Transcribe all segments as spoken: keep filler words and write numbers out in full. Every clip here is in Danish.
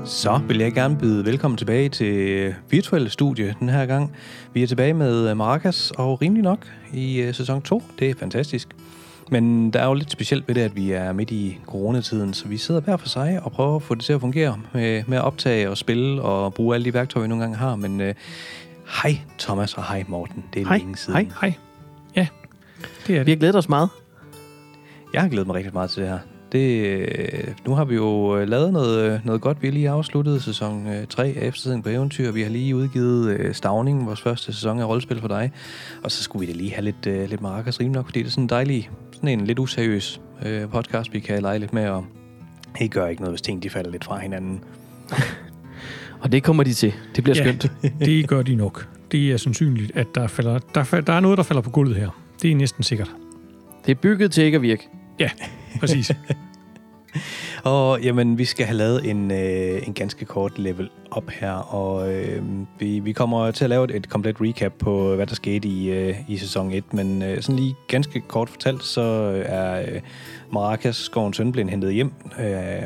Så vil jeg gerne byde velkommen tilbage til virtuelle studie den her gang. Vi er tilbage med Maracas og rimelig nok i uh, sæson to. Det er fantastisk. Men der er jo lidt specielt ved det, at vi er midt i coronatiden, så vi sidder hver for sig og prøver at få det til at fungere med, med at optage og spille og bruge alle de værktøjer, vi nogle gange har. Men uh, hej Thomas og hej Morten. Det er hej, længe siden. Hej, hej. Ja, det er det. Vi har glædet os meget. Jeg har glædet mig rigtig meget til det her. Det, nu har vi jo lavet noget, noget godt. Vi har lige afsluttet sæson tre af Eftertiden på Eventyr. Vi har lige udgivet Stavning, vores første sæson af rollespil for dig. Og så skulle vi da lige have lidt, lidt Maracas rimelig nok, fordi det er sådan en dejlig, sådan en lidt useriøs øh, podcast, vi kan lege lidt med. Og det gør ikke noget, hvis ting de falder lidt fra hinanden. Og det kommer de til. Det bliver ja, skønt. Det gør de nok. Det er sandsynligt, at der, falder, der, der er noget, der falder på gulvet her. Det er næsten sikkert. Det er bygget til ikke at virke. Ja, præcis. Og jamen, vi skal have lavet en, øh, en ganske kort level op her, og øh, vi, vi kommer til at lave et, et komplet recap på, hvad der skete i, øh, i sæson et, men øh, sådan lige ganske kort fortalt, så er øh, Maracas, skovens søn, blevet hentet hjem øh,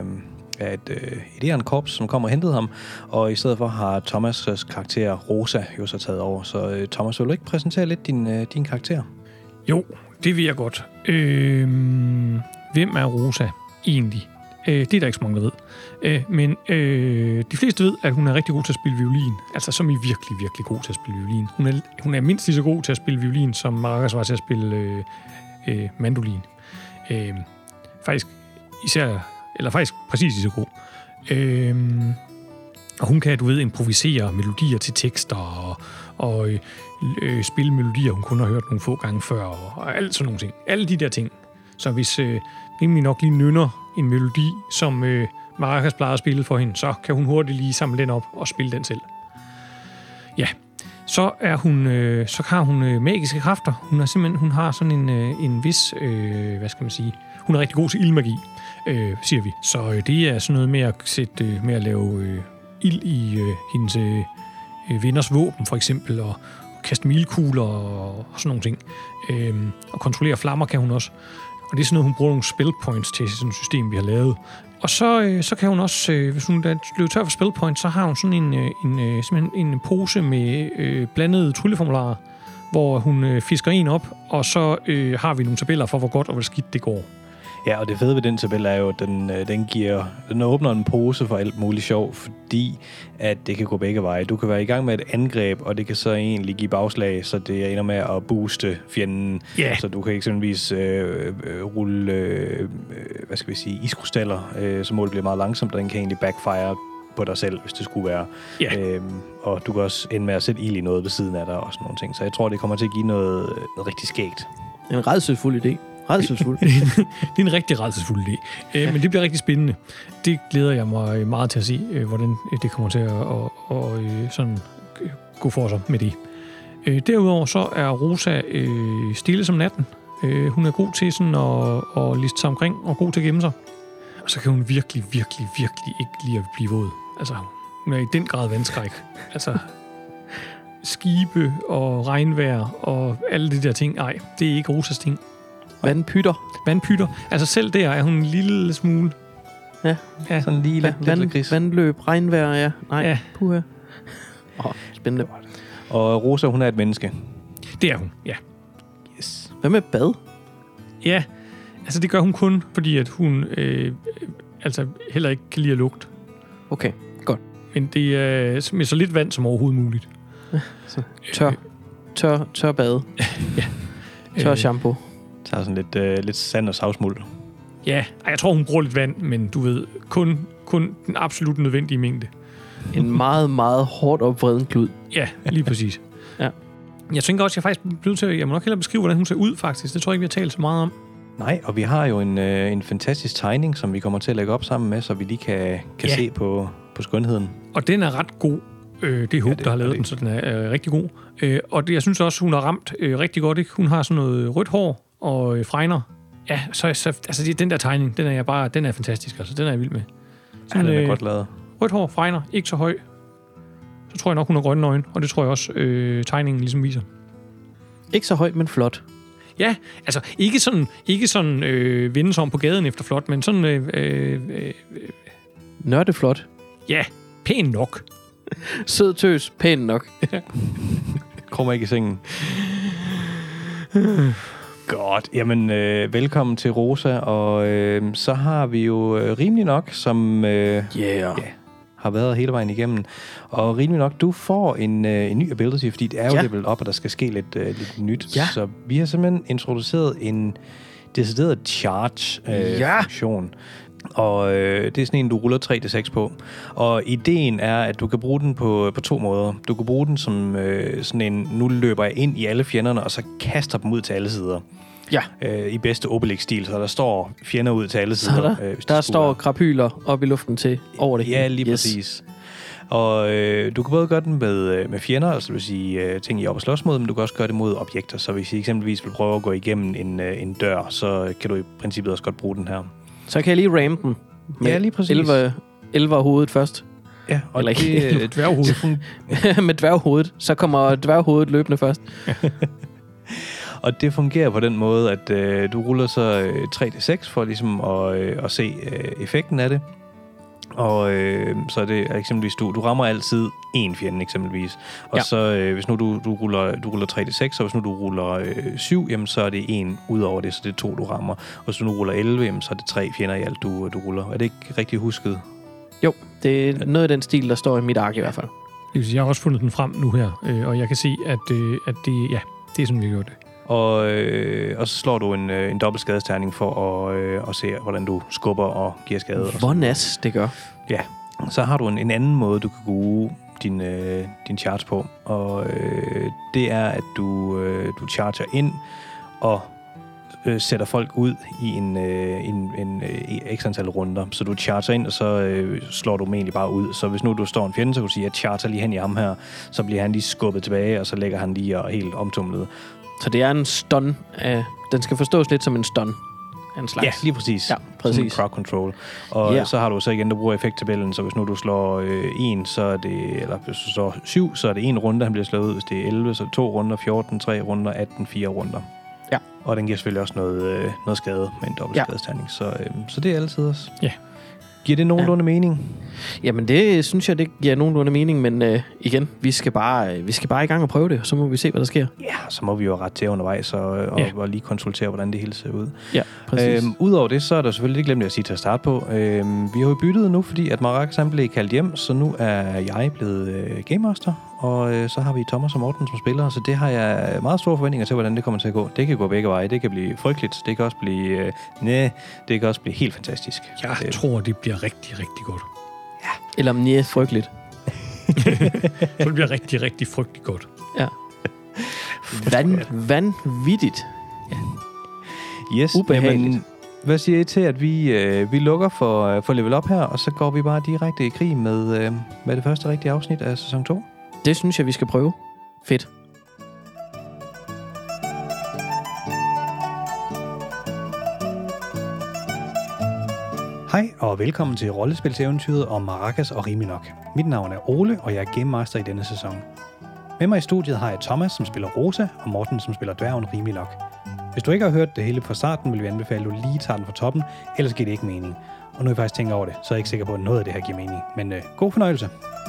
af et, øh, et ærenkorps, som kommer og hentede ham, og i stedet for har Thomas' karakter Rosa jo så taget over. Så øh, Thomas, vil du ikke præsentere lidt din, øh, din karakter? Jo, det vil jeg godt. Øh, hvem er Rosa egentlig? Øh, det er der ikke så mange, der ved. Øh, men øh, de fleste ved, at hun er rigtig god til at spille violin. Altså som i virkelig, virkelig god til at spille violin. Hun er, hun er mindst lige så god til at spille violin, som Maracas var til at spille øh, øh, mandolin. Øh, faktisk især, eller faktisk præcis lige så god. Øh, og hun kan, du ved, improvisere melodier til tekster og, og øh, spille melodier, hun kun har hørt nogle få gange før, og, og alt sådan nogle ting. Alle de der ting. Så hvis øh, rimelig nok lige nynner en melodi, som øh, Maracas plejer at spille for hende, så kan hun hurtigt lige samle den op og spille den selv. Ja, så er hun, øh, så har hun øh, magiske kræfter. Hun er simpelthen, hun har sådan en, øh, en vis, øh, hvad skal man sige, hun er rigtig god til ildmagi, øh, siger vi. Så øh, det er sådan noget med at sætte, øh, med at lave øh, ild i øh, hendes øh, venners våben, for eksempel, og, og kaste mildkugler og, og sådan nogle ting. Øh, og kontrollere flammer kan hun også. Og det er sådan noget, hun bruger nogle spell points til sådan et system, vi har lavet. Og så, øh, så kan hun også, øh, hvis hun er løbet tør for spell points, så har hun sådan en, øh, en, øh, simpelthen en pose med øh, blandede trylleformularer, hvor hun øh, fisker en op, og så øh, har vi nogle tabeller for, hvor godt og hvor skidt det går. Ja, og det fede ved den tabel er jo, at den, den, giver, den åbner en pose for alt muligt sjov, fordi at det kan gå begge veje. Du kan være i gang med et angreb, og det kan så egentlig give bagslag, så det ender med at booste fjenden. Yeah. Så du kan eksempelvis øh, øh, rulle øh, hvad skal vi sige, iskrystaller, øh, så målet bliver meget langsomt, og den kan egentlig backfire på dig selv, hvis det skulle være. Yeah. Øhm, og du kan også ende med at sætte ild i noget ved siden af dig og sådan nogle ting. Så jeg tror, det kommer til at give noget, noget rigtig skægt. En rædselsfuld idé. Rædselsfuld. Det er en rigtig rædselsfuld idé. Øh, men det bliver rigtig spændende. Det glæder jeg mig meget til at se, øh, hvordan det kommer til at og, og, øh, sådan, øh, gå for sig med det. Øh, derudover så er Rosa øh, stille som natten. Øh, hun er god til sådan at, at liste sig omkring og god til at gemme sig. Og så kan hun virkelig, virkelig, virkelig ikke lide at blive våd. Altså, hun er i den grad vandskræk. Altså, skibe og regnvejr og alle de der ting. Nej, det er ikke Rosas ting. Vandpytter. Vandpytter. Altså selv der er hun en lille smule. Ja. Ja. Sådan lige lidt, Vand, lidt gris. Vandløb, regnvejr, ja. Nej, ja. Puha. Åh, oh, spændende. Og Rosa, hun er et menneske. Det er hun, ja. Yes. Hvad med bad? Ja, altså det gør hun kun, fordi at hun øh, altså heller ikke kan lide at lugte. Okay, godt. Men det er med så lidt vand som overhovedet muligt. Så tør. Tør, tør bade. Ja. Tør shampoo. Tager sådan lidt, øh, lidt sand og savsmuld. Ja, jeg tror, hun bruger lidt vand, men du ved, kun, kun den absolut nødvendige mængde. En meget, meget hårdt opvreden klud. Ja, lige præcis. Ja. Jeg tænker også, at jeg faktisk bliver til at, jeg må nok hellere beskrive, hvordan hun ser ud, faktisk. Det tror jeg ikke, vi har talt så meget om. Nej, og vi har jo en, øh, en fantastisk tegning, som vi kommer til at lægge op sammen med, så vi lige kan, kan ja. se på, på skønheden. Og den er ret god. Øh, det er Håb, ja, det, der har lavet den, så den er øh, rigtig god. Øh, og det, jeg synes også, hun har ramt øh, rigtig godt. Ikke? Hun har sådan noget rødt hår og øh, fregner. Ja, så, så altså det, den der tegning, den er jeg bare, den er fantastisk. Altså, den er jeg vild med. Sådan, ja, den er øh, godt lavet. Rødt hår, fregner, ikke så høj. Så tror jeg nok, hun har grønne øjne, og det tror jeg også, øh, tegningen ligesom viser. Ikke så høj, men flot. Ja, altså ikke sådan, ikke sådan øh, vende sig om på gaden efter flot, men sådan... Øh, øh, øh, Nørdeflot. Ja, pæn nok. Sød tøs, pæn nok. Krummer ikke i sengen. Godt. Jamen, øh, velkommen til Rosa, og øh, så har vi jo øh, rimelig nok, som øh, Yeah. ja, har været hele vejen igennem. Og rimelig nok, du får en, øh, en ny ability, fordi det er jo Ja. level op, og der skal ske lidt, øh, lidt nyt. Ja. Så vi har simpelthen introduceret en decideret charge-funktion. Ja. Og øh, det er sådan en, du ruller tre d seks på. Og ideen er, at du kan bruge den på, på to måder. Du kan bruge den som øh, sådan en, nu løber jeg ind i alle fjenderne, og så kaster dem ud til alle sider. Ja. Øh, I bedste Obelix-stil, så der står fjender ud til alle Så sider. der, øh, hvis der det skulle står være. krapyler op i luften til over det Ja, hele. lige Yes. præcis. Og øh, du kan både gøre den med, øh, med fjender, altså det vil sige øh, ting, I er oppe at slås mod, men du kan også gøre det mod objekter. Så hvis I eksempelvis vil prøve at gå igennem en, øh, en dør, så kan du i princippet også godt bruge den her. Så kan jeg lige ramme den. Med Ja, lige præcis. elleve, elleve hovedet først. Ja, og Eller ikke det, øh, Dværghoved. det fun- Med dværghovedet. Så kommer dværghovedet løbende først. Og det fungerer på den måde, at øh, du ruller så øh, tre d seks for ligesom at, øh, at se øh, effekten af det. Og øh, så er det eksempelvis, du, du rammer altid én fjende eksempelvis. Og Ja. så øh, hvis nu du, du, ruller, du ruller tre d seks, og hvis nu du ruller øh, syv, jamen så er det en ud over det, så det er to, du rammer. Og hvis du nu ruller elleve, jamen så er det tre fjender i alt, du, du ruller. Er det ikke rigtig husket? Jo, det er noget af den stil, der står i mit ark i hvert fald. Det vil sige, jeg har også fundet den frem nu her, øh, og jeg kan se, at, øh, at det, ja, det er sådan, vi har gjort det. Og, øh, og så slår du en, øh, en dobbelt skadesterning for at, øh, at se, hvordan du skubber og giver skade. Og Hvor nas det gør. Ja, så har du en, en anden måde, du kan bruge din, øh, din charge på, og øh, det er, at du, øh, du charger ind og øh, sætter folk ud i en, øh, en, en øh, x antal runder. Så du charger ind, og så øh, slår du dem egentlig bare ud. Så hvis nu du står en fjende, så kan du sige, at jeg charger lige hen i ham her, så bliver han lige skubbet tilbage, og så lægger han lige og helt omtumlet. Så det er en stun. Af, den skal forstås lidt som en stun af en slags. Ja, lige præcis. Ja, præcis. Sådan en crowd control. Og Ja. så har du så igen, der bruger effekttabellen, så hvis nu du slår øh, en, så er det, eller hvis du slår syv, så er det en runde, han bliver slået ud. Hvis det er elleve, så er det to runder, fjorten, tre runder, atten, fire runder. Ja. Og den giver selvfølgelig også noget, øh, noget skade med en dobbelt Ja. skadesterning. Så, øh, så det er altid også. Ja. Giver det nogenlunde ja. mening? Jamen det synes jeg, det giver nogenlunde mening, men øh, igen, vi skal, bare, øh, vi skal bare i gang og prøve det, og så må vi se, hvad der sker. Ja, så må vi jo ret til undervejs og, og, Ja. og lige konsultere, hvordan det hele ser ud. Ja, præcis. Øhm, Udover det, så er der selvfølgelig, det glemte jeg at sige til at starte på, øhm, vi har jo byttet nu, fordi at Maracas han blev kaldt hjem, så nu er jeg blevet øh, Game Master, og øh, så har vi Thomas og Morten som spillere, så det har jeg meget store forventninger til, hvordan det kommer til at gå. Det kan gå begge veje, det kan blive frygteligt, det kan også blive, øh, næh, det kan også blive helt fantastisk. Jeg Øh, tror, det bliver rigtig, rigtig godt. Eller om det er frygteligt. Så det bliver rigtig, rigtig frygtelig godt. Ja. Van, vanvittigt. Yes, Ubehageligt. jamen, hvad siger I til, at vi, øh, vi lukker for, øh, for level up her, og så går vi bare direkte i krig med, øh, med det første rigtige afsnit af sæson to? Det synes jeg, vi skal prøve. Fedt. Hej og velkommen til rollespilseventyret om Maracas og Rimelig Nok. Mit navn er Ole, og jeg er Game Master i denne sæson. Med mig i studiet har jeg Thomas, som spiller Rosa, og Morten, som spiller dværgen Rimelig Nok. Hvis du ikke har hørt det hele fra starten, vil vi anbefale, at du lige tager den fra toppen, ellers giver det ikke mening. Og nu er jeg faktisk tænker over det, så er jeg ikke sikker på, at noget af det her giver mening. Men øh, god fornøjelse.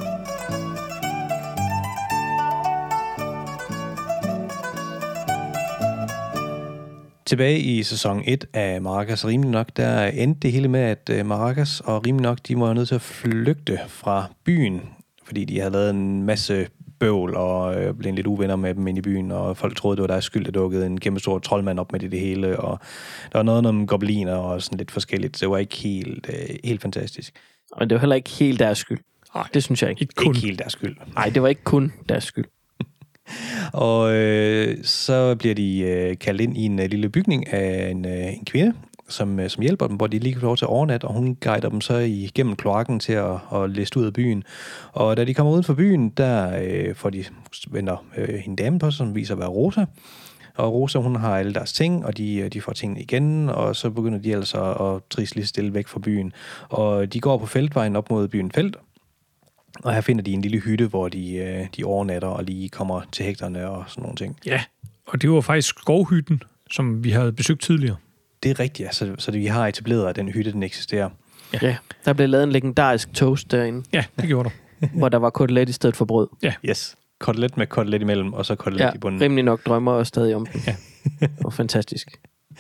Tilbage i sæson et af Maracas og Rimelig Nok, der endte det hele med, at øh, Maracas og Rimelig Nok, de var nødt til at flygte fra byen, fordi de havde lavet en masse bøvl og øh, blev lidt uvenner med dem ind i byen, og folk troede, det var deres skyld, at dukkede en kæmpe stor troldmand op med det, det hele, og der var noget om gobliner og sådan lidt forskelligt, så det var ikke helt, øh, helt fantastisk. Og det var heller ikke helt deres skyld. Nej, Det synes jeg ikke. ikke kun. Ikke helt deres skyld. Nej, det var ikke kun deres skyld. Og øh, så bliver de øh, kaldt ind i en øh, lille bygning af en, øh, en kvinde, som, øh, som hjælper dem, hvor de lige kan få lov til at overnatte, og hun guider dem så igennem kloakken til at, at liste ud af byen. Og da de kommer uden for byen, der øh, får de vender øh, en dame på, som viser at være Rosa. Og Rosa, hun har alle deres ting, og de, de får tingene igen, og så begynder de altså at trisse lige stille væk fra byen. Og de går på feltvejen op mod byen Felt, og her finder de en lille hytte, hvor de, øh, de overnatter og lige kommer til hægterne og sådan nogle ting. Ja, og det var faktisk skovhytten, som vi havde besøgt tidligere. Det er rigtigt, ja. Så, så det, vi har etableret, at den hytte, den eksisterer. Ja. ja, der blev lavet en legendarisk toast derinde. Ja, det gjorde der. Hvor der var kotelet i stedet for brød. Ja. Yes. Kotelet med kotelet imellem, og så kotelet ja, i bunden. rimelig nok drømmer og stadig om den. Ja. Og fantastisk.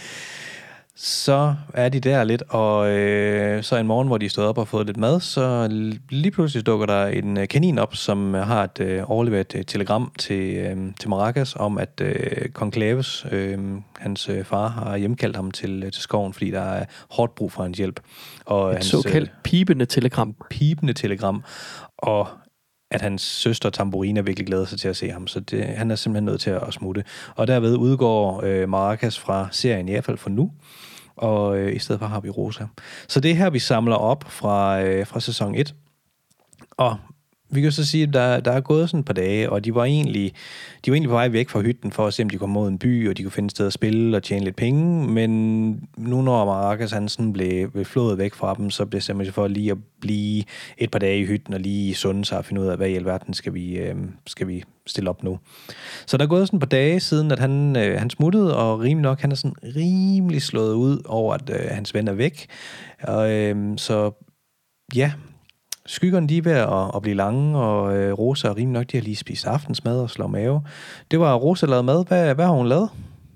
Så er de der lidt, og øh, så en morgen, hvor de stod op og fået lidt mad, så lige pludselig dukker der en kanin op, som har et øh, overlevet et telegram til, øh, til Maracas om, at øh, Kong Claves, øh, hans øh, far, har hjemkaldt ham til, til skoven, fordi der er hårdt brug for hans hjælp. Og et hans, såkaldt øh, pibende telegram. Pibende telegram. Og at hans søster Tamburina virkelig glæder sig til at se ham, så det, han er simpelthen nødt til at, at smutte. Og derved udgår øh, Maracas fra serien, i hvert fald for nu, og øh, i stedet for har vi Rosa. Så det er her, vi samler op fra, øh, fra sæson et. Og vi kan så sige, at der, der er gået sådan et par dage, og de var, egentlig, de var egentlig på vej væk fra hytten for at se, om de kom mod en by, og de kunne finde et sted at spille og tjene lidt penge. Men nu når Maracas han sådan blev, blev flået væk fra dem, så blev det simpelthen for lige at blive et par dage i hytten og lige sunde sig og finde ud af, hvad i alverden skal vi, øh, skal vi stille op nu. Så der er gået sådan et par dage siden, at han, øh, han smuttede, og rimelig nok, han er sådan rimelig slået ud over, at øh, hans ven er væk. Og, øh, så ja... Skyggerne, de er ved at, at blive lange, og øh, Rosa og rimelig nok, de har lige spist aftensmad og slår mave. Det var Rosa lavet mad. Hvad, hvad har hun lavet?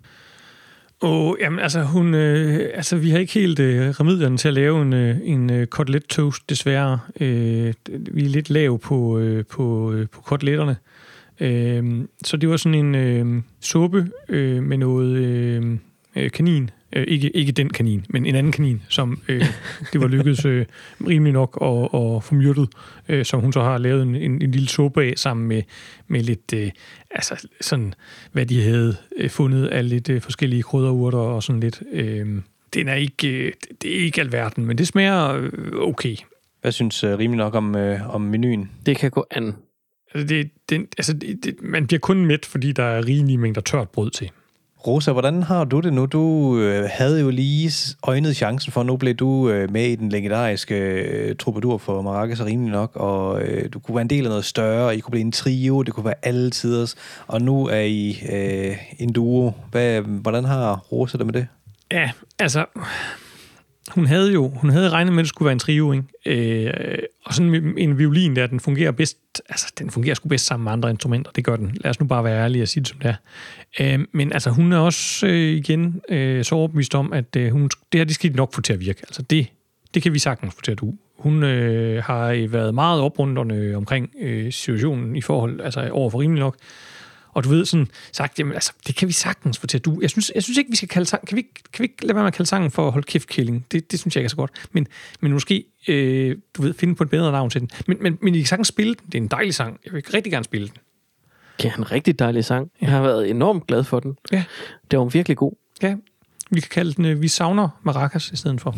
Åh, jamen altså, hun, øh, altså, vi har ikke helt øh, remedierne til at lave en, øh, en øh, kotelet toast, desværre. Øh, vi er lidt lav på, øh, på, øh, på koteletterne. Øh, så det var sådan en øh, suppe øh, med noget øh, kanin. Øh, ikke, ikke den kanin, men en anden kanin, som øh, det var lykkedes øh, rimelig nok at, at få myrdet, øh, som hun så har lavet en, en, en lille suppe af, sammen med, med lidt, øh, altså sådan, hvad de havde øh, fundet af lidt øh, forskellige krydderurter og sådan lidt. Øh, den er ikke, øh, det er ikke alverden, men det smager øh, okay. Hvad synes øh, rimelig nok om, øh, om menuen? Det kan gå an. Altså, det, det, altså det, det, man bliver kun mæt, fordi der er rigelige mængder tørt brød til. Rosa, hvordan har du det nu? Du øh, havde jo lige øjnet chancen for, nu blev du øh, med i den legendariske øh, troubadour for Maracas og rimelig nok, og øh, du kunne være en del af noget større, I kunne blive en trio, det kunne være alle tiders, og nu er I øh, en duo. Hvad, hvordan har Rosa det med det? Ja, altså... Hun havde jo hun havde regnet med, at det skulle være en trio, ikke? Øh, og sådan en violin der, den fungerer bedst, altså den fungerer sgu bedst sammen med andre instrumenter, det gør den. Lad os nu bare være ærlige og sige det som det er. Øh, men altså hun er også øh, igen øh, så overbevist om, at øh, hun, det her, det skal de nok få til at virke. Altså det, det kan vi sagtens få til at du. Hun øh, har været meget oprunderne omkring øh, situationen i forhold, altså over for rimelig nok. Og du ved sådan sagt, jamen altså, det kan vi sagtens få til at du. Jeg synes, jeg synes ikke, vi skal kalde sang, kan vi, kan vi ikke lade være med at kalde sangen for Hold Kæft Killing? Det, det synes jeg ikke er så godt. Men, men måske, øh, du ved, finde på et bedre navn til den. Men, men, men I kan sagtens spille den. Det er en dejlig sang. Jeg vil rigtig gerne spille den. Ja, en rigtig dejlig sang. Jeg har været enormt glad for den. Ja. Det var virkelig god. Ja, vi kan kalde den øh, Vi savner Maracas i stedet for.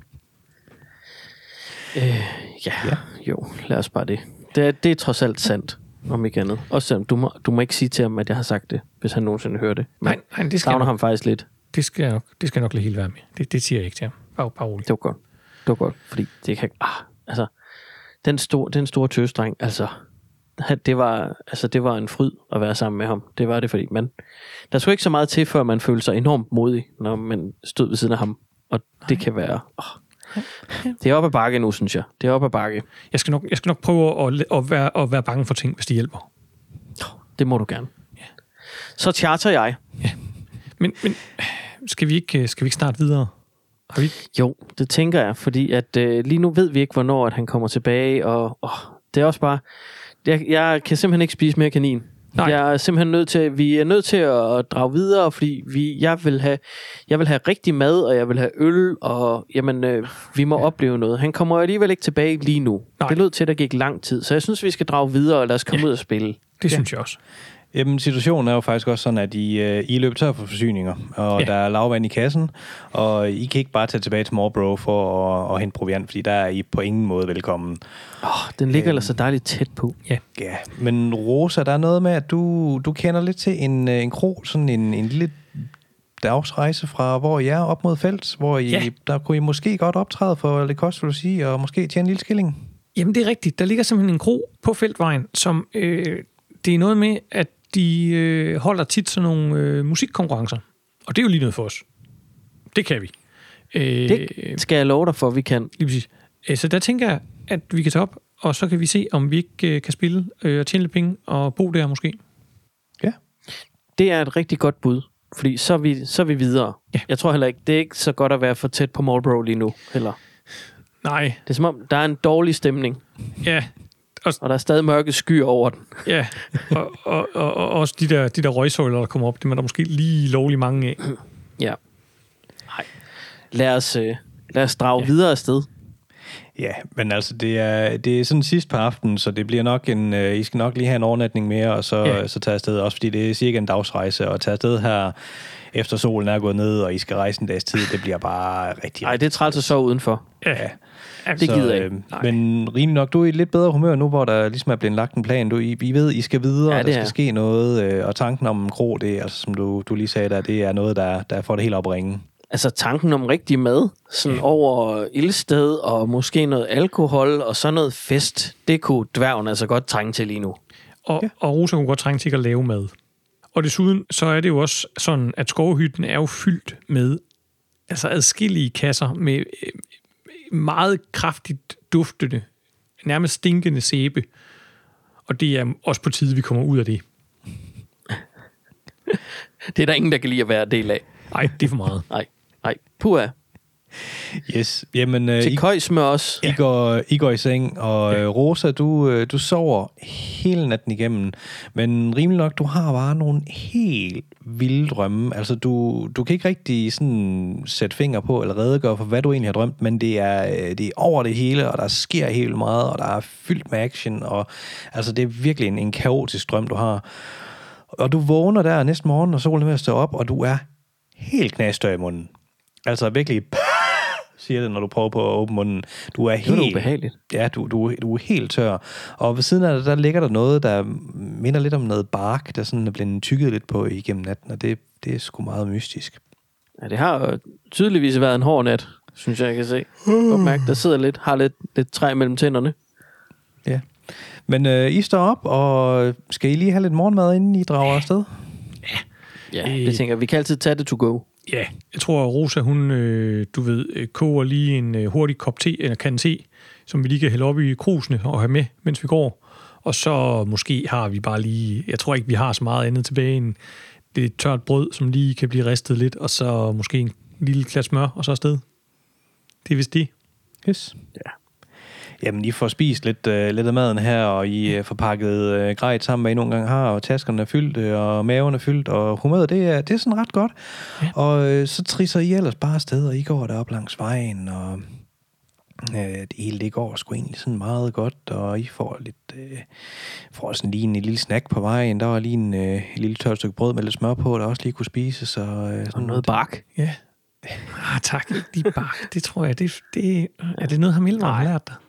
Øh, ja, ja, jo, lad os bare det. Det er, det er trods alt sandt. Om ikke andet. Også selvom du må, du må ikke sige til ham, at jeg har sagt det, hvis han nogensinde hører det. Men nej, nej, det skal savner jeg nok, ham faktisk lidt. Det skal jeg nok, det skal jeg nok lade helt være med. Det, det siger jeg ikke til ham. Bare, bare roligt. Det var godt. Det var godt, fordi det kan... Ah, altså, den store, den store tøsdreng, altså, det var, altså, det var en fryd at være sammen med ham. Det var det, fordi man... Der skulle ikke så meget til, før man følte sig enormt modig, når man stod ved siden af ham. Og nej. Det kan være... Oh, det er op ad bakke nu, synes jeg. Det er op ad bakke. Jeg skal nok, jeg skal nok prøve at, at, være, at være bange for ting, hvis det hjælper. Det må du gerne. Ja. Så charter jeg. Ja. Men, men skal, vi ikke, skal vi ikke snart videre? Har vi... Jo, det tænker jeg, fordi at øh, lige nu ved vi ikke, hvornår at han kommer tilbage, og åh, det er også bare... Jeg, jeg kan simpelthen ikke spise mere kanin. Nej. Jeg er simpelthen nødt til, vi er nødt til at drage videre, fordi vi, jeg, vil have, jeg vil have rigtig mad, og jeg vil have øl, og jamen, øh, vi må ja. opleve noget. Han kommer alligevel ikke tilbage lige nu. Nej. Det lød til, at der gik lang tid, så jeg synes, vi skal drage videre, og lad os komme ja. ud og spille. Det ja. synes jeg også. Jamen, situationen er jo faktisk også sådan, at I, øh, I løber tør for forsyninger, og ja. der er lavvand i kassen, og I kan ikke bare tage tilbage til Morbro for at, at hente proviant, fordi der er I på ingen måde velkommen. Åh, oh, den ligger øhm, altså dejligt tæt på. Ja. Ja, men Rosa, der er noget med, at du, du kender lidt til en, en kro, sådan en, en lille dagsrejse fra, hvor I er op mod felt, hvor I, ja. der kunne I måske godt optræde for lidt kost, vil du sige, og måske tjene en lille skilling. Jamen, det er rigtigt. Der ligger simpelthen en kro på Feltvejen, som øh, det er noget med, at de øh, holder tit sådan nogle øh, musikkonkurrencer. Og det er jo lige noget for os. Det kan vi. Øh, det skal jeg love dig for, vi kan. Lige præcis. Øh, så der tænker jeg, at vi kan tage op, og så kan vi se, om vi ikke øh, kan spille øh, og tjene lidt penge og bo der måske. Ja. Det er et rigtig godt bud, fordi så er vi, så er vi videre. Ja. Jeg tror heller ikke, det er ikke så godt at være for tæt på Marlboro lige nu, heller. Nej. Det er som om, der er en dårlig stemning, Ja, og der er stadig mørke skyer over den. ja. og, og, og, og også de der, de der røgsøjler, der kommer op, det er der måske lige lovlig mange af. Ja. Nej. Lad os, øh, lad os drage Ja. videre afsted. Ja, men altså, det er, det er sådan sidst på aftenen, så det bliver nok en... Øh, I skal nok lige have en overnatning mere, og så, Ja. så tage afsted. Også fordi det er cirka en dagsrejse, og tage afsted her efter solen er gået ned, og I skal rejse en dags tid, det bliver bare rigtig... Nej, det er træls at sove udenfor. Ja, Ja. ja Det gider jeg ikke. øh, Men rimelig nok, du er i et lidt bedre humør nu, hvor der ligesom er blevet lagt en plan. Du, I, I ved, I skal videre, Ja, ja, det der skal er. ske noget, øh, og tanken om en krog, det er, altså, som du, du lige sagde der, det er noget, der, der får det helt op at ringe. Altså tanken om rigtig mad, sådan over ildsted og måske noget alkohol og så noget fest, det kunne dværgen altså godt trænge til lige nu. Og, Ja. og Rosa kunne godt trænge til ikke at lave mad. Og desuden, så er det jo også sådan, at skovhytten er jo fyldt med altså adskillige kasser med øh, meget kraftigt duftende, nærmest stinkende sæbe. Og det er også på tide, vi kommer ud af det. Det er der ingen, der kan lide at være en del af. Nej, det er for meget. Nej, nej. Puha. Yes, jamen... Øh, Til I, køjs med os. I, går, I går i seng, og ja. Rosa, du, øh, du sover hele natten igennem, men rimelig nok, du har bare nogle helt vilde drømme. Altså, du, du kan ikke rigtig sådan sætte finger på eller redegøre for, hvad du egentlig har drømt, men det er, øh, det er over det hele, og der sker helt vildt meget, og der er fyldt med action, og altså, det er virkelig en, en kaotisk drøm, du har. Og du vågner der næste morgen, og solen er ved at stå op, og du er helt knastør i munden. Altså virkelig... siger det, når du prøver på at åbne munden. Du er Det er helt... ubehageligt. Ja, du, du, du er helt tør. Og ved siden af det, der ligger der noget, der minder lidt om noget bark, der sådan er blevet tykket lidt på igennem natten, og det, det er sgu meget mystisk. Ja, det har jo tydeligvis været en hård nat, synes jeg, jeg kan se. Godt mærke, der sidder lidt, har lidt, lidt træ mellem tænderne. Ja. Men øh, I står op, og skal I lige have lidt morgenmad, inden I drager afsted? Ja, Øh. det tænker jeg. Vi kan altid tage det to go. Ja, jeg tror, at Rosa, hun, øh, du ved, øh, koger lige en øh, hurtig kop te, eller kan te, som vi lige kan hælde op i krusene og have med, mens vi går. Og så måske har vi bare lige, jeg tror ikke, vi har så meget andet tilbage end det tørt brød, som lige kan blive ristet lidt, og så måske en lille klat smør, og så afsted. Det er vist det. Yes. Ja. Jamen, I får spist lidt, øh, lidt af maden her, og I øh, får pakket øh, grejt sammen, hvad I nogle gange har, og taskerne er fyldt, øh, og maven er fyldt, og humøret, det er, det er sådan ret godt. Ja. Og øh, så trisser I ellers bare afsted, og I går derop langs vejen, og øh, det hele det går sgu egentlig sådan meget godt, og I får lidt, øh, får sådan lige en, en lille snack på vejen. Der var lige en, øh, en lille tørt stykke brød med lidt smør på, der også lige kunne spises. Så, øh, Og noget bark. Ja. Ah, tak. Ikke bark. Det tror jeg, det, det, er det noget, ham Elvar har lært dig?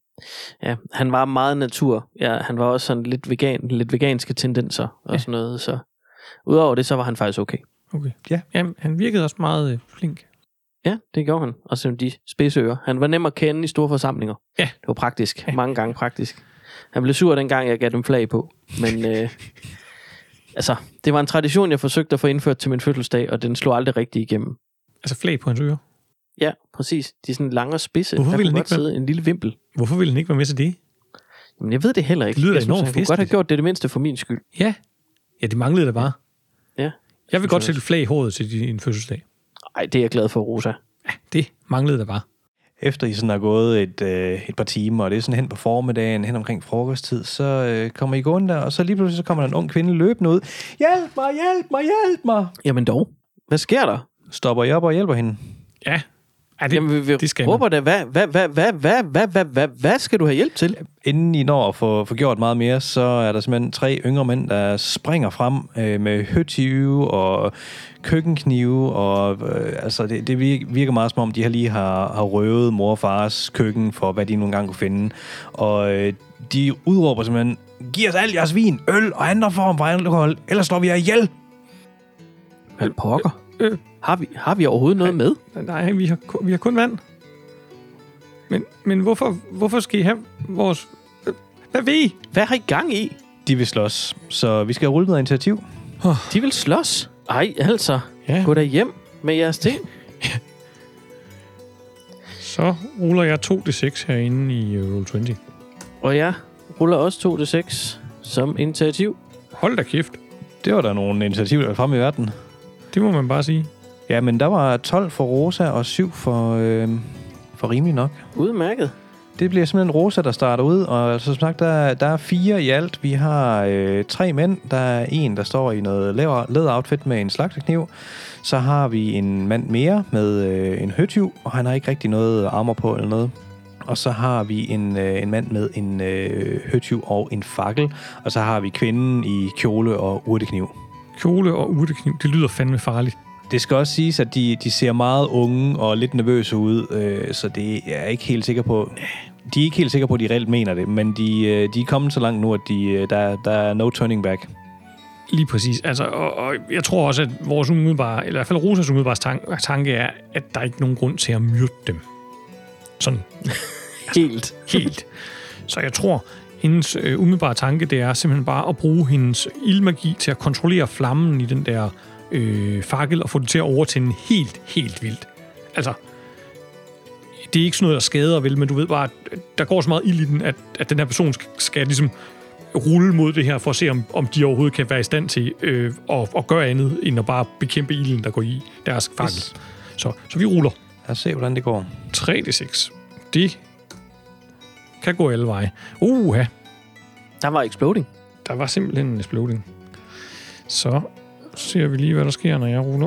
Ja, han var meget natur. Ja, han var også sådan lidt vegan, lidt veganske tendenser og Ja. sådan noget, så udover det, så var han faktisk okay. Okay. Ja. Jamen, han virkede også meget øh, flink. Ja, det gjorde han. Og så de spidsører. Han var nem at kende i store forsamlinger. Ja. Det var praktisk. Ja. Mange gange praktisk. Han blev sur dengang, jeg gav dem flag på. Men øh, altså, det var en tradition, jeg forsøgte at få indført til min fødselsdag, og den slog aldrig rigtig igennem. Altså flag på hans ører. Ja, præcis. De er sådan lange og spidse. Hvorfor Der ville kunne han godt ikke være- sidde en lille vimpel. Hvorfor ville han ikke være med til det? Men jeg ved det heller ikke. Det lyder jeg synes, enormt han kunne godt have festligt. gjort det det mindste for min skyld. Ja. Ja, det manglede da bare. Ja. Jeg vil Synes godt jeg sætte flag i håret til din fødselsdag. Ej, det er jeg glad for, Rosa. Ja, det manglede da bare. Efter I sådan har gået et, øh, et par timer, og det er sådan hen på formiddagen, hen omkring frokosttid, så øh, kommer I gående der, og så lige pludselig så kommer der en ung kvinde løbende ud. Hjælp mig, hjælp mig, hjælp mig! Jamen dog. Hvad sker der? Stopper I op og hjælper hende? Ja. Ja, det, Jamen, vi, vi det skal håber da, hvad, hvad, hvad, hvad, hvad, hvad, hvad, hvad, hvad skal du have hjælp til? Inden I når at få, få gjort meget mere, så er der simpelthen tre yngre mænd, der springer frem øh, med høtyve og køkkenknive, og øh, altså det, det virker meget som om, de har lige har, har røvet mor og fars køkken for, hvad de nogle gange kunne finde. Og øh, de udråber simpelthen, giv os alt jeres vin, øl og andre form for alkohol, ellers slår vi jer ihjel. Hvad pokker? Øh. Har vi, har vi overhovedet noget med? Nej, vi har, ku- vi har kun vand. Men, men hvorfor, hvorfor skal I have vores... Hvad ved I? Hvad har I gang i? De vil slås, så vi skal rulle noget initiativ. De vil slås. Ej, altså. Ja. Gå da hjem med jeres ting. Så ruller jeg to d seks herinde i Roll tyve. Og jeg ruller også to d seks som initiativ. Hold da kæft. Det var der nogle initiativer, der var fremme i verden. Det må man bare sige. Ja, men der var tolv for Rosa og syv for, øh, for rimelig nok. Udmærket. Det bliver simpelthen Rosa, der starter ud, og altså, som sagt, der, der er fire i alt. Vi har øh, tre mænd. Der er en, der står i noget læderoutfit med en slagtekniv. Så har vi en mand mere med øh, en høtyv, og han har ikke rigtig noget armor på eller noget. Og så har vi en, øh, en mand med en øh, høtyv og en fakkel. Og så har vi kvinden i kjole og urtekniv. Kjole og urtekniv, det lyder fandme farligt. Det skal også siges, at de, de ser meget unge og lidt nervøse ud, øh, så det er jeg ikke helt sikker på. De er ikke helt sikre på, at de reelt mener det, men de, øh, de er kommet så langt nu, at de, der, der er no turning back. Lige præcis. Altså, og, og jeg tror også, at vores umiddelbare, eller i hvert fald Rosas umiddelbare tanke, tanke er, at der er ikke nogen grund til at myrde dem. Sådan. Helt. Helt. Så jeg tror, hendes øh, umiddelbare tanke, det er simpelthen bare at bruge hendes ildmagi til at kontrollere flammen i den der øh, fakkel, og få det til at overtænde helt, helt vildt. Altså, det er ikke sådan noget, der skader, vel, men du ved bare, at der går så meget ild i den, at, at den her person skal, skal ligesom rulle mod det her, for at se, om, om de overhovedet kan være i stand til øh, at, at gøre andet, end at bare bekæmpe ilden, der går i deres fakkel. Yes. Så, så vi ruller. Lad os se, hvordan det går. tre d seks. Det kan gå alle veje. Uha. Der var exploding. Der var simpelthen en exploding. Så ser vi lige, hvad der sker, når jeg ruller.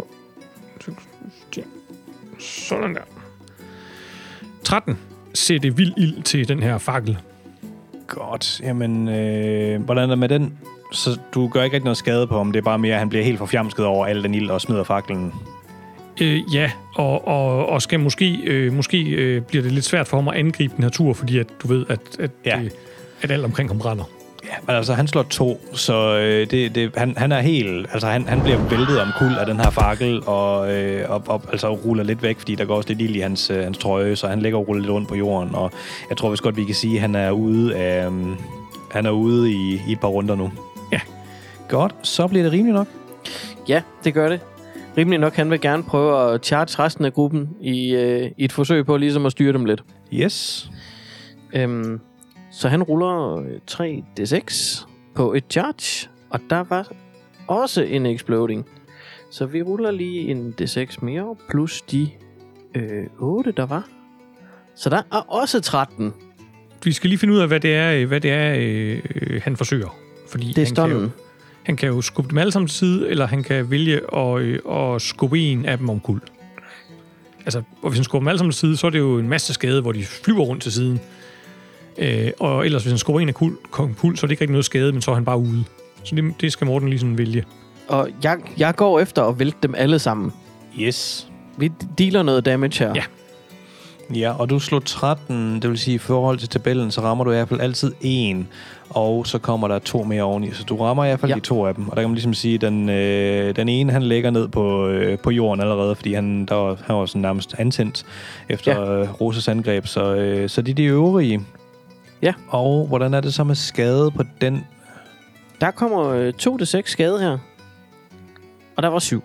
Sådan der. tretten. Sætte vild ild til den her fakkel. Godt. Jamen, øh, hvordan er det med den? Så du gør ikke rigtig noget skade på ham. Det er bare mere, at han bliver helt forfjamsket over al den ild og smider faklen. Øh, ja, og, og, og skal måske, øh, måske øh, bliver det lidt svært for ham at angribe den her tur, fordi at du ved, at, at, ja. øh, at alt omkring ham brænder. Ja, men altså, han slår to, så øh, det, det, han, han er helt... Altså, han, han bliver væltet omkuld af den her fakkel, og, øh, og, og altså, ruller lidt væk, fordi der går også lidt ild i hans, øh, hans trøje, så han ligger og ruller lidt rundt på jorden, og jeg tror vist godt, vi kan sige, at han er ude, af, øh, han er ude i, i et par runder nu. Ja. Godt, så bliver det rimeligt nok. Ja, det gør det. Rimelig nok, han vil gerne prøve at charge resten af gruppen i, øh, i et forsøg på ligesom at styre dem lidt. Yes. Øhm, så han ruller tre d seks på et charge, og der var også en exploding. Så vi ruller lige en d seks mere, plus de øh, otte, der var. Så der er også tretten. Vi skal lige finde ud af, hvad det er, hvad det er øh, han forsøger. Fordi det er stunden. Han kan jo skubbe dem alle sammen til side, eller han kan vælge at, øh, at skubbe en af dem omkuld. Altså, og hvis han skubber dem alle sammen til side, så er det jo en masse skade, hvor de flyver rundt til siden. Øh, og ellers, hvis han skubber en af omkuld, så er det ikke rigtig noget skade, men så er han bare ude. Så det, det skal Morten lige sådan vælge. Og jeg, jeg går efter at vælte dem alle sammen. Yes. Vi dealer noget damage her. Ja. Ja, og du slog tretten, det vil sige i forhold til tabellen, så rammer du i hvert fald altid en, og så kommer der to mere oveni. Så du rammer i hvert fald ja. de to af dem. Og der kan man ligesom sige, at den, øh, den ene, han ligger ned på, øh, på jorden allerede, fordi han, der var, han var sådan nærmest antændt efter ja. øh, Roses angreb. Så, øh, så de er de øvrige. Ja. Og hvordan er det så med skade på den? Der kommer øh, to d seks skade her. Og der var syv.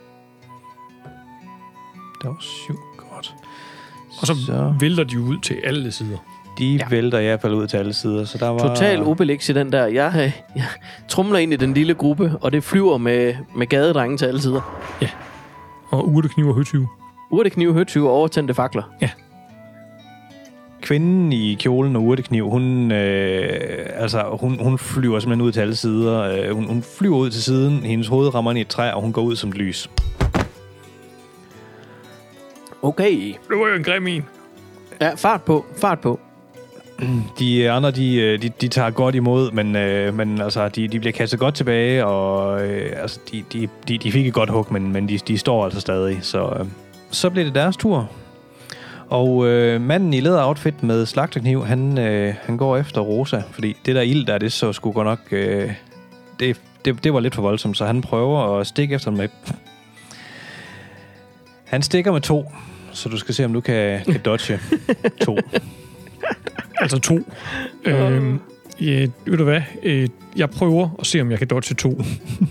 Der var syv. Godt. Og så, så vælter de ud til alle sider. De ja. vælter i hvert fald ud til alle sider. Så der var total Obelix i den der. Jeg, jeg trumler ind i den lille gruppe, og det flyver med, med gadedrenge til alle sider. Ja. Og urtekniv og høtyve. Urtekniv, høtyve og overtændte fakler. Ja. Kvinden i kjolen og urtekniv, hun, øh, altså, hun, hun flyver simpelthen ud til alle sider. Øh, hun, hun flyver ud til siden, hendes hoved rammer ind i et træ, og hun går ud som et lys. Okay. Det var jo en grim en. Ja, fart på, fart på. De andre, de, de, de tager godt imod, men, øh, men altså, de, de bliver kastet godt tilbage, og øh, altså, de, de, de, de fik et godt hug, men, men de, de står altså stadig. Så, øh, så bliver det deres tur. Og øh, manden i læderoutfit med slagterkniv, han, øh, han går efter Rosa, fordi det der ild der, det så skulle godt nok... Øh, det, det, det var lidt for voldsomt, så han prøver at stikke efter dem med... Han stikker med to, så du skal se, om du kan, kan dodge to. Altså to. øhm, ja, ved du hvad? Øh, jeg prøver at se, om jeg kan dodge to.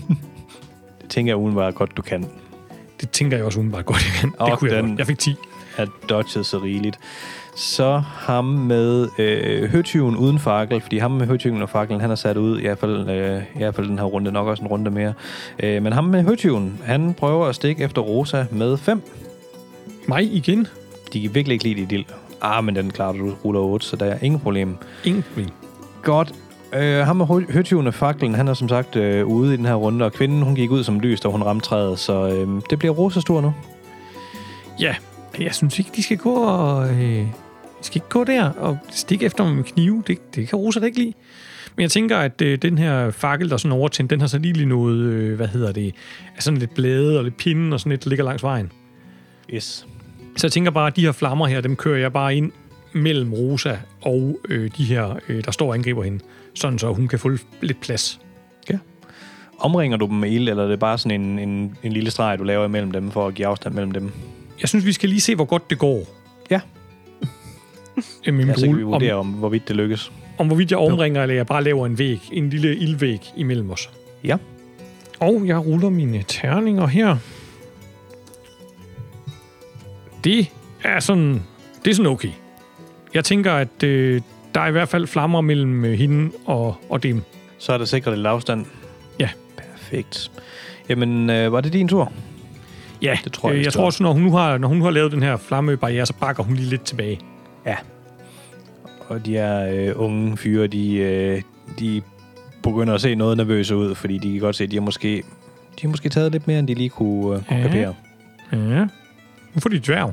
Det tænker jeg udenbart godt, du kan. Det tænker jeg også udenbart godt, jeg kan. Og det kunne den, jeg godt. Jeg fik ti. er dodget så rigeligt. Så ham med øh, høtyven uden fakkel, fordi ham med høtyven og faklen, han er sat ud, i hvert fald, øh, i hvert fald den her runde, nok også en runde mere. Øh, men ham med høtyven, han prøver at stikke efter Rosa med fem. Mig igen? De kan virkelig ikke lide det dild. Ah, men den klarer du, ruller otte, så der er ingen problem. Ingen problem. Godt. Øh, ham med høtyven og faklen, han er som sagt øh, ude i den her runde, og kvinden, hun gik ud som lys, da hun ramte træet, så øh, det bliver Rosas tur nu. Ja, jeg synes ikke, de skal gå og... Øh, de skal ikke gå der og stikke efter mig med knive. Det, det kan Rosa da ikke lide. Men jeg tænker, at øh, den her fakkel, der er sådan overtændt, den har så lige noget, øh, hvad hedder det, sådan lidt blade og lidt pinde og sådan lidt, der ligger langs vejen. Yes. Så jeg tænker bare, at de her flammer her, dem kører jeg bare ind mellem Rosa og øh, de her, øh, der står og angriber hende, sådan så hun kan få lidt plads. Ja. Omringer du dem med ild, eller er det bare sådan en, en, en lille streg, du laver imellem dem, for at give afstand mellem dem? Jeg synes, vi skal lige se, hvor godt det går. Ja. Øhm, ja, så kan vi vurdere, om, om hvorvidt det lykkes. Om hvorvidt jeg omringer, eller jeg bare laver en væg, en lille ildvæg imellem os. Ja. Og jeg ruller mine terninger her. Det er sådan, det er sådan okay. Jeg tænker, at øh, der er i hvert fald flammer mellem øh, hende og, og dem. Så er det sikkert lidt afstand. Ja. Perfekt. Jamen, øh, var det din tur? Ja, det tror jeg, øh, jeg tror også, når hun, nu har, når hun nu har lavet den her flammebarriere, så bakker hun lige lidt tilbage. Ja. Og de her øh, unge fyre, de, øh, de begynder at se noget nervøse ud, fordi de kan godt se, at de har måske, de har måske taget lidt mere, end de lige kunne, øh, kunne ja. kapere. Ja. Nu får de dværg.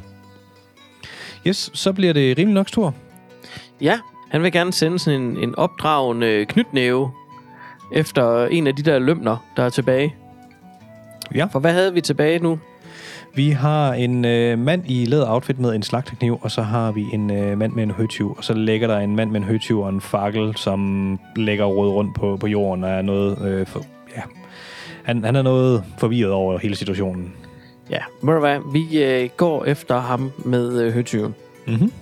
Yes, så bliver det rimelig nok tur. Ja, han vil gerne sende sådan en, en opdragende knytnæve efter en af de der lømner, der er tilbage. Ja. For hvad havde vi tilbage nu? Vi har en øh, mand i læderoutfit med en slagtekniv, og så har vi en øh, mand med en høtyv, og så ligger der en mand med en høtyv og en fakkel, som ligger og rød rundt på, på jorden, og er noget... Øh, for, ja. han, han er noget forvirret over hele situationen. Ja, må du hvad? Vi øh, går efter ham med øh, høtyven. Mhm.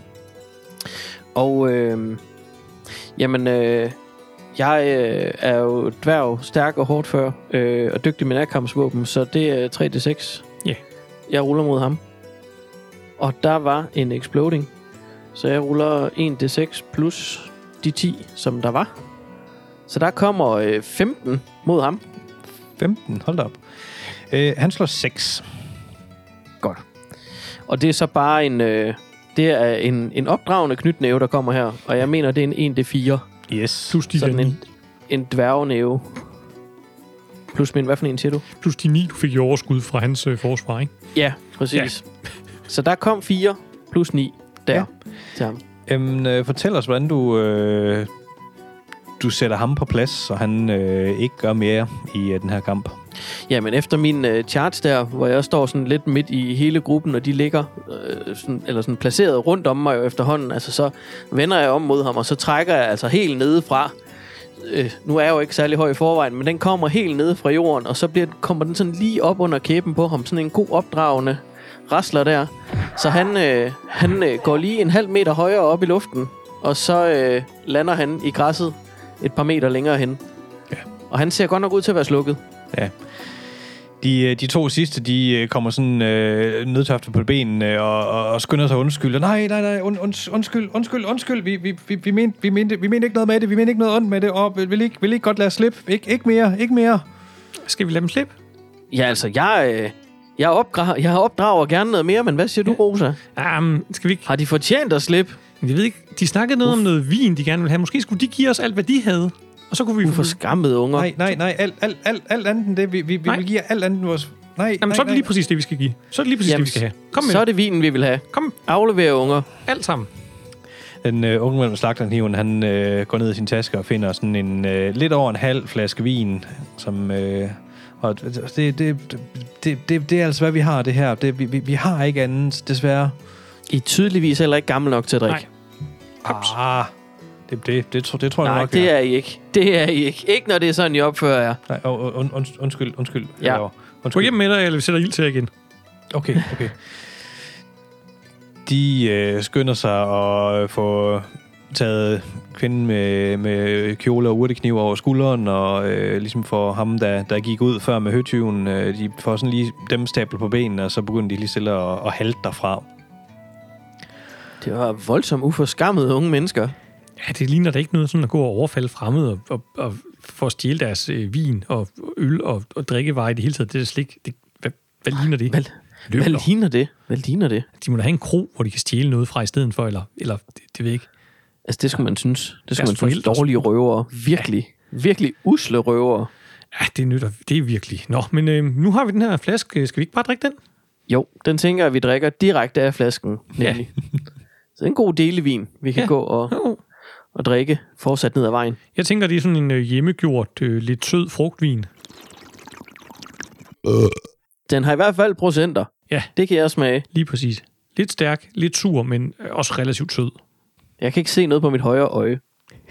Og øh, jamen, øh, jeg øh, er jo dværg, stærk og hårdt før, øh, og dygtig med nærkampsvåben, så det er tre d seks. Ja. Yeah. Jeg ruller mod ham. Og der var en exploding. Så jeg ruller en d seks plus de ti, som der var. Så der kommer øh, femten mod ham. femten, hold da op. Øh, han slår seks. Godt. Og det er så bare en... Øh, det er en, en opdragende knytnæve, der kommer her. Og jeg mener, det er en en d fire. Yes. Plus de sådan der en, en dværgenæve. Plus min, hvad for en siger du? Plus de ni, du fik i overskud fra hans øh, forsvar, ikke? Ja, præcis. Ja. Så der kom fire plus ni der ja. til ham. Øhm, øh, fortæl os, hvordan du, øh, du sætter ham på plads, så han øh, ikke gør mere i øh, den her kamp. Jamen, efter min øh, charge der, hvor jeg står sådan lidt midt i hele gruppen, og de ligger øh, sådan, eller sådan placeret rundt om mig jo efterhånden, altså så vender jeg om mod ham, og så trækker jeg altså helt nedefra. Øh, nu er jeg jo ikke særlig høj i forvejen, men den kommer helt nede fra jorden, og så bliver, kommer den sådan lige op under kæben på ham. Sådan en god opdragende rasler der. Så han, øh, han øh, går lige en halv meter højere op i luften, og så øh, lander han i græsset et par meter længere hen. Ja. Og han ser godt nok ud til at være slukket. Ja. De, de to sidste, de kommer sådan øh, nødtøftet på benene og, og, og skynder sig at undskylde. Nej, nej, nej, und, und, undskyld, undskyld, undskyld. Vi, vi, vi, vi, mente, vi, mente, vi mente ikke noget med det. Vi mente ikke noget ondt med det. Og vil ikke, vil ikke godt lade slippe. Ik, ikke mere, ikke mere. Skal vi lade dem slippe? Ja, altså, jeg, øh, jeg, opgra- jeg opdrager gerne noget mere, men hvad siger du, Rosa? Um, skal vi ikke? Har de fortjent at slippe? Jeg ved ikke. De snakkede noget Uf. om noget vin, de gerne ville have. Måske skulle de give os alt, hvad de havde. Og så kunne vi... Uforskammede unger. Nej, nej, nej. Alt, alt, alt, alt andet end det. Vi, vi, vi vil give alt andet end vores... Nej, Jamen, nej, så er det nej. lige præcis det, vi skal give. Så er det lige præcis Jamen, det, vi skal have. Kom med. Så er det vinen, vi vil have. Kom. Aflever unger. Alt sammen. Den øh, unge mellem slagterkniven, han øh, går ned i sin taske og finder sådan en øh, lidt over en halv flaske vin, som... Øh, og det, det, det, det, det, det er altså, hvad vi har, det her. Det, vi, vi har ikke andet, desværre. I er tydeligvis heller ikke gammel nok til at drikke. Nej. Ah, det, det, det, det, det tror jeg Nej, nok, det er I ikke. Det er I ikke. Ikke når det er sådan, I opfører jer. Nej, und, und, und, undskyld, undskyld. Ja. Undskyld. Gå hjem med dig, eller vi sætter ild til igen. Okay, okay. De øh, skynder sig og får taget kvinden med, med kjole og urtekniv over skulderen, og øh, ligesom for ham, der, der gik ud før med høtyven, øh, de får sådan lige dem stablet på benene, og så begynder de lige stille at, at halte derfra. Det var voldsomt uforskammede unge mennesker. Ja, det ligner da ikke noget sådan at gå og overfalde fremmede og, og, og få at stjæle deres øh, vin og øl og, og drikkevarer i det hele taget. Det er slik. Det, hvad, hvad ligner det? Hvad, hvad ligner det? Hvad ligner det? De må da have en kro, hvor de kan stjæle noget fra i stedet for, eller, eller det, det ved jeg ikke. Altså, det skulle man synes. Det skulle man synes dårlige røvere. Virkelig. Ja. Virkelig usle røvere. Ja, det nytter. Det er virkelig. Nå, men øh, nu har vi den her flaske. Skal vi ikke bare drikke den? Jo, den tænker jeg, vi drikker direkte af flasken. Nemlig. Ja. Så en god delevin, vi kan ja. gå og, og drikke fortsat ned ad vejen. Jeg tænker, det er sådan en øh, hjemmegjort, øh, lidt sød frugtvin. Den har i hvert fald procenter. Ja. Det kan jeg smage. Lige præcis. Lidt stærk, lidt sur, men også relativt sød. Jeg kan ikke se noget på mit højre øje.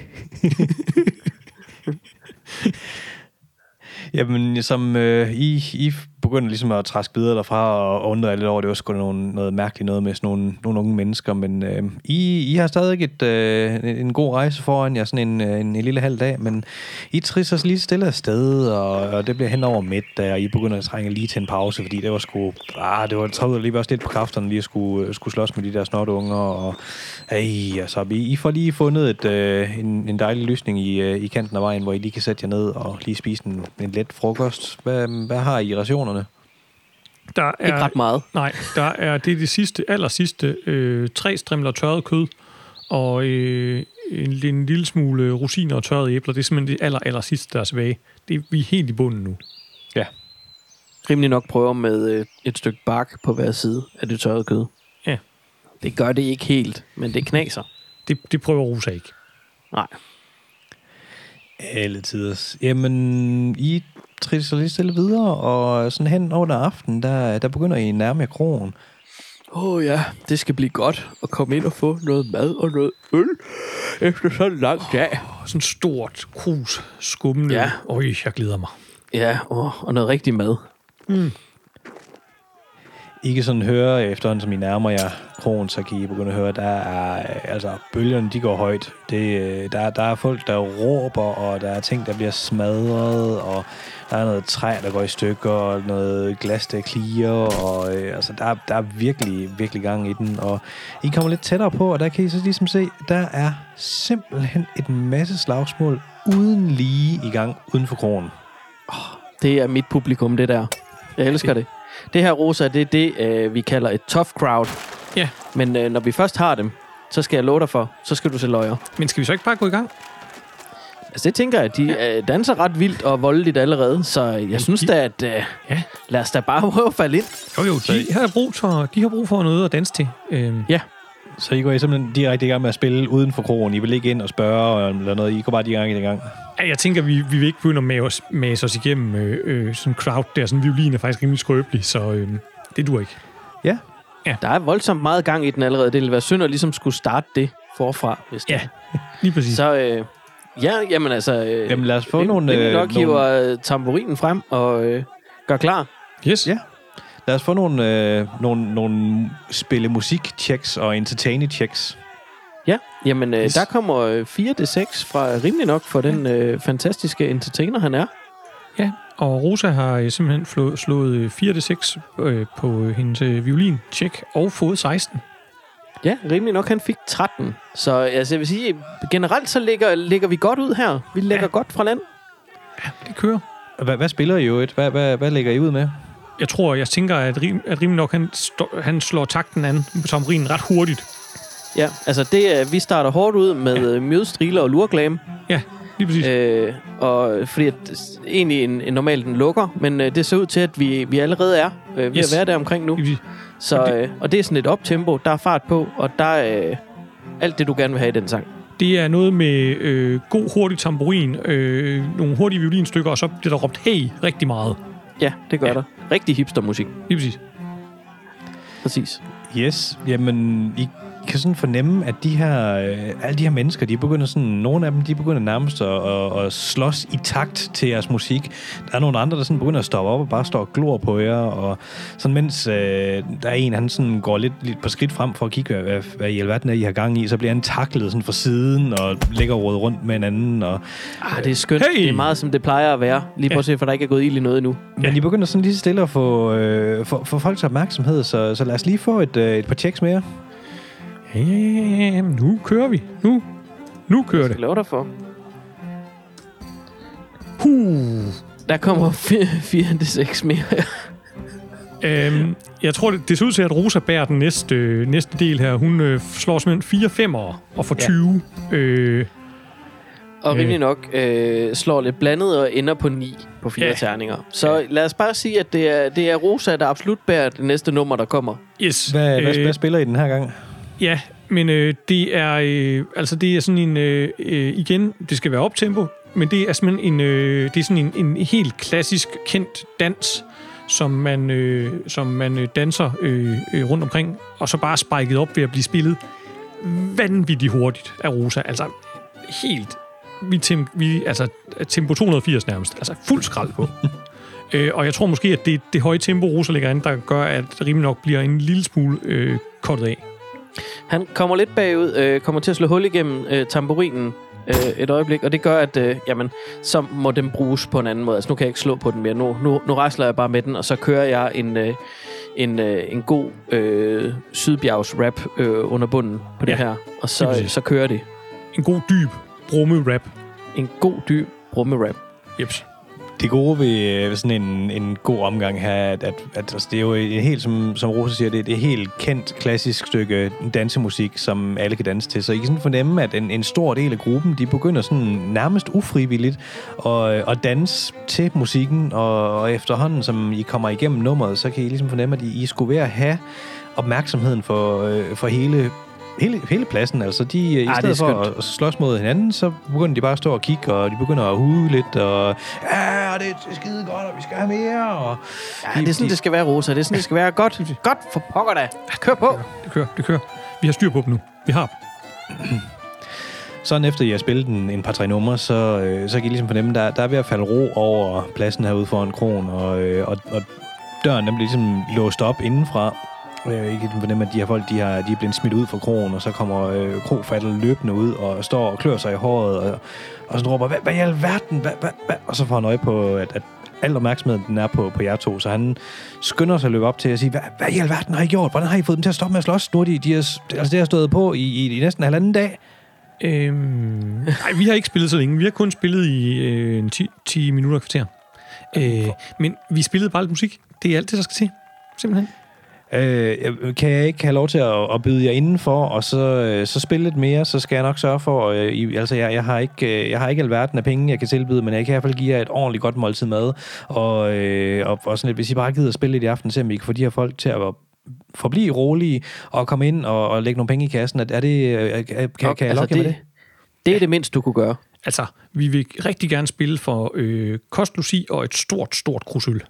Jamen, som øh, I, I begynder ligesom at træske videre derfra og undre lidt over, det var sgu nogle, noget mærkeligt noget med sådan nogle, nogle unge mennesker, men øh, I, I har stadig et, øh, en god rejse foran jer, sådan en, en, en lille halv dag, men I trisser sig lige stille afsted, og, og det bliver hen over middag, og I begynder at trænge lige til en pause, fordi det var sgu, ah, det var træet lige også lidt på kræfterne lige at skulle, skulle slås med de der snotunger, og ej, altså, I, I får lige fundet et, øh, en, en dejlig lysning i, i kanten af vejen, hvor I lige kan sætte jer ned og lige spise en, en let frokost. Hvad, hvad har I i rationerne? Der er, ikke ret meget. Nej, der er det, det sidste, aller sidste, øh, tre strimler tørret kød, og øh, en, en lille smule rosiner og tørrede æbler. Det er simpelthen det aller, aller sidste, der er tilbage. Det er, vi er helt i bunden nu. Ja. Rimelig nok prøver med øh, et stykke bark på hver side af det tørrede kød. Ja. Det gør det ikke helt, men det knaser. Det, det prøver Rosa ikke. Nej. Alle tiders. Jamen, I trisser lige stille videre, og sådan hen under aftenen, der, der begynder I nærme krogen. Åh oh, ja, det skal blive godt at komme ind og få noget mad og noget øl efter sådan en lang dag. Oh, sådan stort krus skummende. Ja. Øj, jeg glæder mig. Ja, oh, og noget rigtig mad. Mm. I kan sådan høre, efterhånden som I nærmer jer krogen, så kan I begynde at høre, der er, altså, bølgerne, de går højt. Det, der, der er folk, der råber, og der er ting, der bliver smadret, og der er noget træ, der går i stykker, og noget glas, der klirer, og øh, altså, der, der er virkelig, virkelig gang i den. Og I kommer lidt tættere på, og der kan I så ligesom se, der er simpelthen et masse slagsmål uden lige i gang uden for krogen. Oh, det er mit publikum, det der. Jeg elsker det. Det her, Rosa, det er det, øh, vi kalder et tough crowd. Ja. Men øh, når vi først har dem, så skal jeg love dig for, så skal du se løjer. Men skal vi så ikke bare gå i gang? Altså, det tænker jeg, de øh, danser ret vildt og voldeligt allerede, så jeg Men synes de... da, at øh, ja. lad os da bare prøve at falde ind. Jo, jo, de har brug for, de har brug for noget at danse til. Øhm. Ja. Så I går I simpelthen direkte i gang med at spille uden for krogen. I vil ikke ind og spørge eller noget. I går bare direkte i gang. Ja, jeg tænker, vi, vi vil ikke begynde at mase os, mase os igennem øh, øh, sådan en crowd der. Sådan en violin er faktisk rimelig skrøbelig, så øh, det dur ikke. Ja. ja. Der er voldsomt meget gang i den allerede. Det ville være synd at ligesom skulle starte det forfra, hvis det ja, lige præcis. Så øh, ja, jamen altså... Øh, jamen lad os få nogle... Vi nok nogle... hiver tamburinen frem og øh, gør klar. Yes. Ja. Lad os få nogle, øh, nogle, nogle spille musik-checks og entertainment-checks. Ja, jamen øh, yes. der kommer fire D seks fra rimelig nok for den øh, fantastiske entertainer, han er. Ja, og Rosa har simpelthen flå, slået fire D seks øh, på hendes øh, violin-check og fået seksten. Ja, rimelig nok, han fik tretten. Så altså, jeg vil sige, generelt så ligger, ligger vi godt ud her. Vi lægger ja. godt fra land. Ja, det kører. Hvad, hvad spiller I jo et? Hvad, hvad, hvad lægger I ud med? Jeg tror, jeg tænker, at, rim, at rimelig nok, han, stå, han slår takten an på tamburinen ret hurtigt. Ja, altså det er, vi starter hårdt ud med ja. mjødstriler og lurglam. Ja, lige præcis. Øh, og fordi at, egentlig en, en normalt den lukker, men øh, det ser ud til, at vi, vi allerede er øh, ved yes. at være der omkring nu. Så, og, det, øh, og det er sådan et optempo, der er fart på, og der er øh, alt det, du gerne vil have i den sang. Det er noget med øh, god, hurtig tamburin, øh, nogle hurtige violinstykker, og så bliver der råbt hey rigtig meget. Ja, det gør ja. der. Rigtig hipstermusik. Lige præcis. Præcis. Yes, jamen I kan sådan fornemme, at de her, øh, alle de her mennesker, de begynder sådan, nogle af dem, de begynder nærmest at, at, at slås i takt til jeres musik. Der er nogle andre, der sådan begynder at stoppe op og bare står og glor på jer, og sådan mens øh, der er en, han sådan går lidt, lidt på skridt frem for at kigge, hvad, hvad i alverden er I har gang i, så bliver han taklet sådan fra siden og ligger og rådet rundt med en anden. Og, ah, det er skønt. Hey! Det er meget, som det plejer at være. Lige prøv at se, for der ikke er gået ild i noget endnu. Men ja. I begynder sådan lige stille at få, øh, få, få folks opmærksomhed, så, så lad os lige få et, øh, et par checks mere. Ja, nu kører vi. Nu, nu kører det. Jeg love dig for. Huh. Der kommer fire til seks mere. øhm, jeg tror, det, det ser ud til, at Rosa bærer den næste, øh, næste del her. Hun øh, slår simpelthen fire femmer og får tyve. Ja. Øh, og rimelig nok øh, slår lidt blandet og ender på ni på fire ja. terninger. Så ja. lad os bare sige, at det er, det er Rosa, der absolut bærer det næste nummer, der kommer. Yes. Hvad, øh, hvad, hvad spiller I den her gang? Ja, men øh, det er øh, altså det er sådan en øh, øh, igen, det skal være optempo, men det er simpelthen en øh, det er sådan en, en helt klassisk kendt dans, som man øh, som man øh, danser øh, øh, rundt omkring, og så bare spiket op ved at blive spillet vanvittigt hurtigt af Rosa. Altså helt vi, tem, vi altså tempo to hundrede og firs nærmest, altså fuld skrald på. øh, og jeg tror måske at det det høje tempo Rosa lægger ind, der gør at det rimelig nok bliver en lille smule øh, kortet af. Han kommer lidt bagud, øh, kommer til at slå hul igennem øh, tamburinen øh, et øjeblik, og det gør, at øh, jamen, så må den bruges på en anden måde. Altså, nu kan jeg ikke slå på den mere. Nu, nu, nu rasler jeg bare med den, og så kører jeg en, øh, en, øh, en god øh, sydbjergs rap øh, under bunden på det ja, her, og så, øh, så kører det. En god, dyb brumme-rap. En god, dyb brumme-rap. Jeps. Det gode ved sådan en, en god omgang her, at, at, at altså, det er jo en helt, som, som Rosa siger, det er et helt kendt, klassisk stykke dansemusik, som alle kan danse til. Så I kan sådan fornemme, at en, en stor del af gruppen, de begynder sådan nærmest ufrivilligt at, at danse til musikken, og, og efterhånden, som I kommer igennem nummeret, så kan I ligesom fornemme, at I, I skulle være at have opmærksomheden for, for hele Hele, hele pladsen, altså de, i Ej, stedet for at, at slås mod hinanden, så begynder de bare at stå og kigge, og de begynder at hude lidt, og ja, det er skide godt, og vi skal have mere, og... Ja, de, det er sådan, de, det skal være, Rosa, det er sådan, det skal være. Godt, godt for pokker da. Kør på. Det kører, det kører. Vi har styr på dem nu. Vi har dem. Sådan efter I har spillet en, en par tre numre, så, øh, så kan I ligesom fornemme, der, der er ved at falde ro over pladsen herude foran kroen, og, øh, og, og døren den bliver ligesom låst op indenfra. Jeg kan fornemme, at de her folk, de, har, de er blevet smidt ud fra krogen, og så kommer øh, krofatter løbende ud og står og klør sig i håret, og, og så råber, hvad, hvad i alverden? Hvad, hvad, hvad? Og så får han øje på, at, at al opmærksomheden den er på, på jer to, så han skynder sig at løbe op til at sige, hvad, hvad i alverden har I gjort? Hvordan har I fået dem til at stoppe med at slås? Nu de, de har, altså, det har stået på i, i, i næsten halvanden dag. Øhm, nej, vi har ikke spillet så længe. Vi har kun spillet i øh, ti, ti minutter kvarter. Øh, men vi spillede bare lidt musik. Det er alt det, der skal til. Simpelthen. Øh, kan jeg ikke have lov til at, at byde jer indenfor, og så, så spille lidt mere, så skal jeg nok sørge for, øh, I, altså jeg, jeg, har ikke, jeg har ikke alverden af penge, jeg kan tilbyde, men jeg kan i hvert fald give jer et ordentligt godt måltid mad, og, øh, og, og sådan lidt, hvis I bare gider at spille lidt i aften, så vi kan få de her folk til at forblive rolige, og komme ind og, og lægge nogle penge i kassen. Er det, kan, kan, kan jeg altså lokke med det? Det er det mindste, du kunne gøre. Altså, vi vil rigtig gerne spille for øh, kost, logi og et stort, stort krusøl.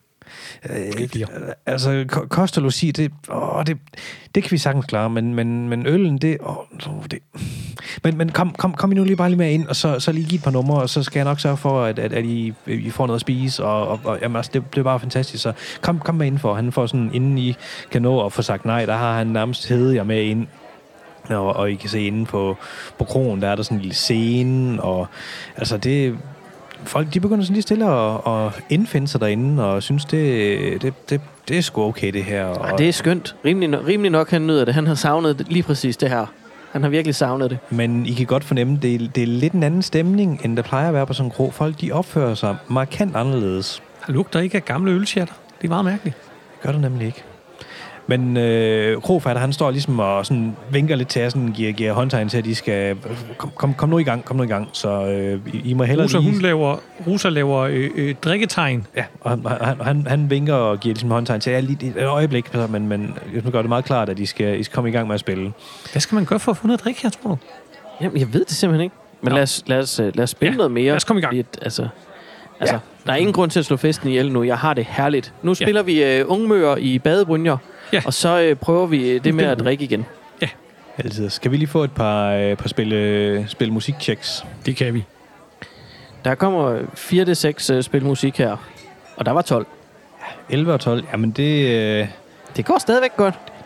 Øh, altså, kost og logi, det, åh, det, det kan vi sagtens klare, men, men, men øllen, det, åh, det... Men, men kom, kom, kom I nu lige bare lige med ind, og så, så lige give et par numre, og så skal jeg nok sørge for, at, at, at I, I får noget at spise, og, og, og jamen, altså, det, det er bare fantastisk, så kom, kom med indenfor. Han får sådan, inden I kan nå at få sagt nej, der har han nærmest hævet jer med ind. Og, og I kan se inde på, på krogen, der er der sådan en lille scene, og altså det... Folk, de begynder sådan lige stille at, at indfinde sig derinde, og synes, det, det, det, det er sgu okay, det her. Og, ja, det er skønt. Rimelig, rimelig nok, han nyder det. Han har savnet lige præcis det her. Han har virkelig savnet det. Men I kan godt fornemme, det er, det er lidt en anden stemning, end der plejer at være på sådan en krog. Folk, de opfører sig markant anderledes. Der lugter ikke af gamle ølsjatter. Det er meget mærkeligt. Det gør det nemlig ikke. Men øh, krofatter, han står ligesom og sådan vinker lidt til jer, sådan giver, giver håndtegn til, at de skal... Kom, kom, kom nu i gang, kom nu i gang. Så øh, I, I må hellere Rosa, lige... hun laver, Rosa laver øh, øh, drikketegn. Ja, og han, han, han vinker og giver ligesom håndtegn til jer lige et øjeblik, men, men jeg gør det meget klart, at I skal, I skal komme i gang med at spille. Hvad skal man gøre for at få noget drik her, tror du? Jamen, jeg ved det simpelthen ikke. Men lad os, lad, os, lad os spille ja, noget mere. Lad os komme i gang. Et, altså, altså, ja. Der er ingen grund til at slå festen ihjel nu. Jeg har det herligt. Nu spiller ja. vi uh, ungmøer i badebrynjer. Ja. Og så uh, prøver vi det med at drikke igen. Ja. Altid. Skal vi lige få et par, uh, par spil, uh, spil musikchecks? Det kan vi. Der kommer fire til seks uh, spil musik her. Og der var tolv. elleve og tolv. Jamen det... Uh, det går stadigvæk godt.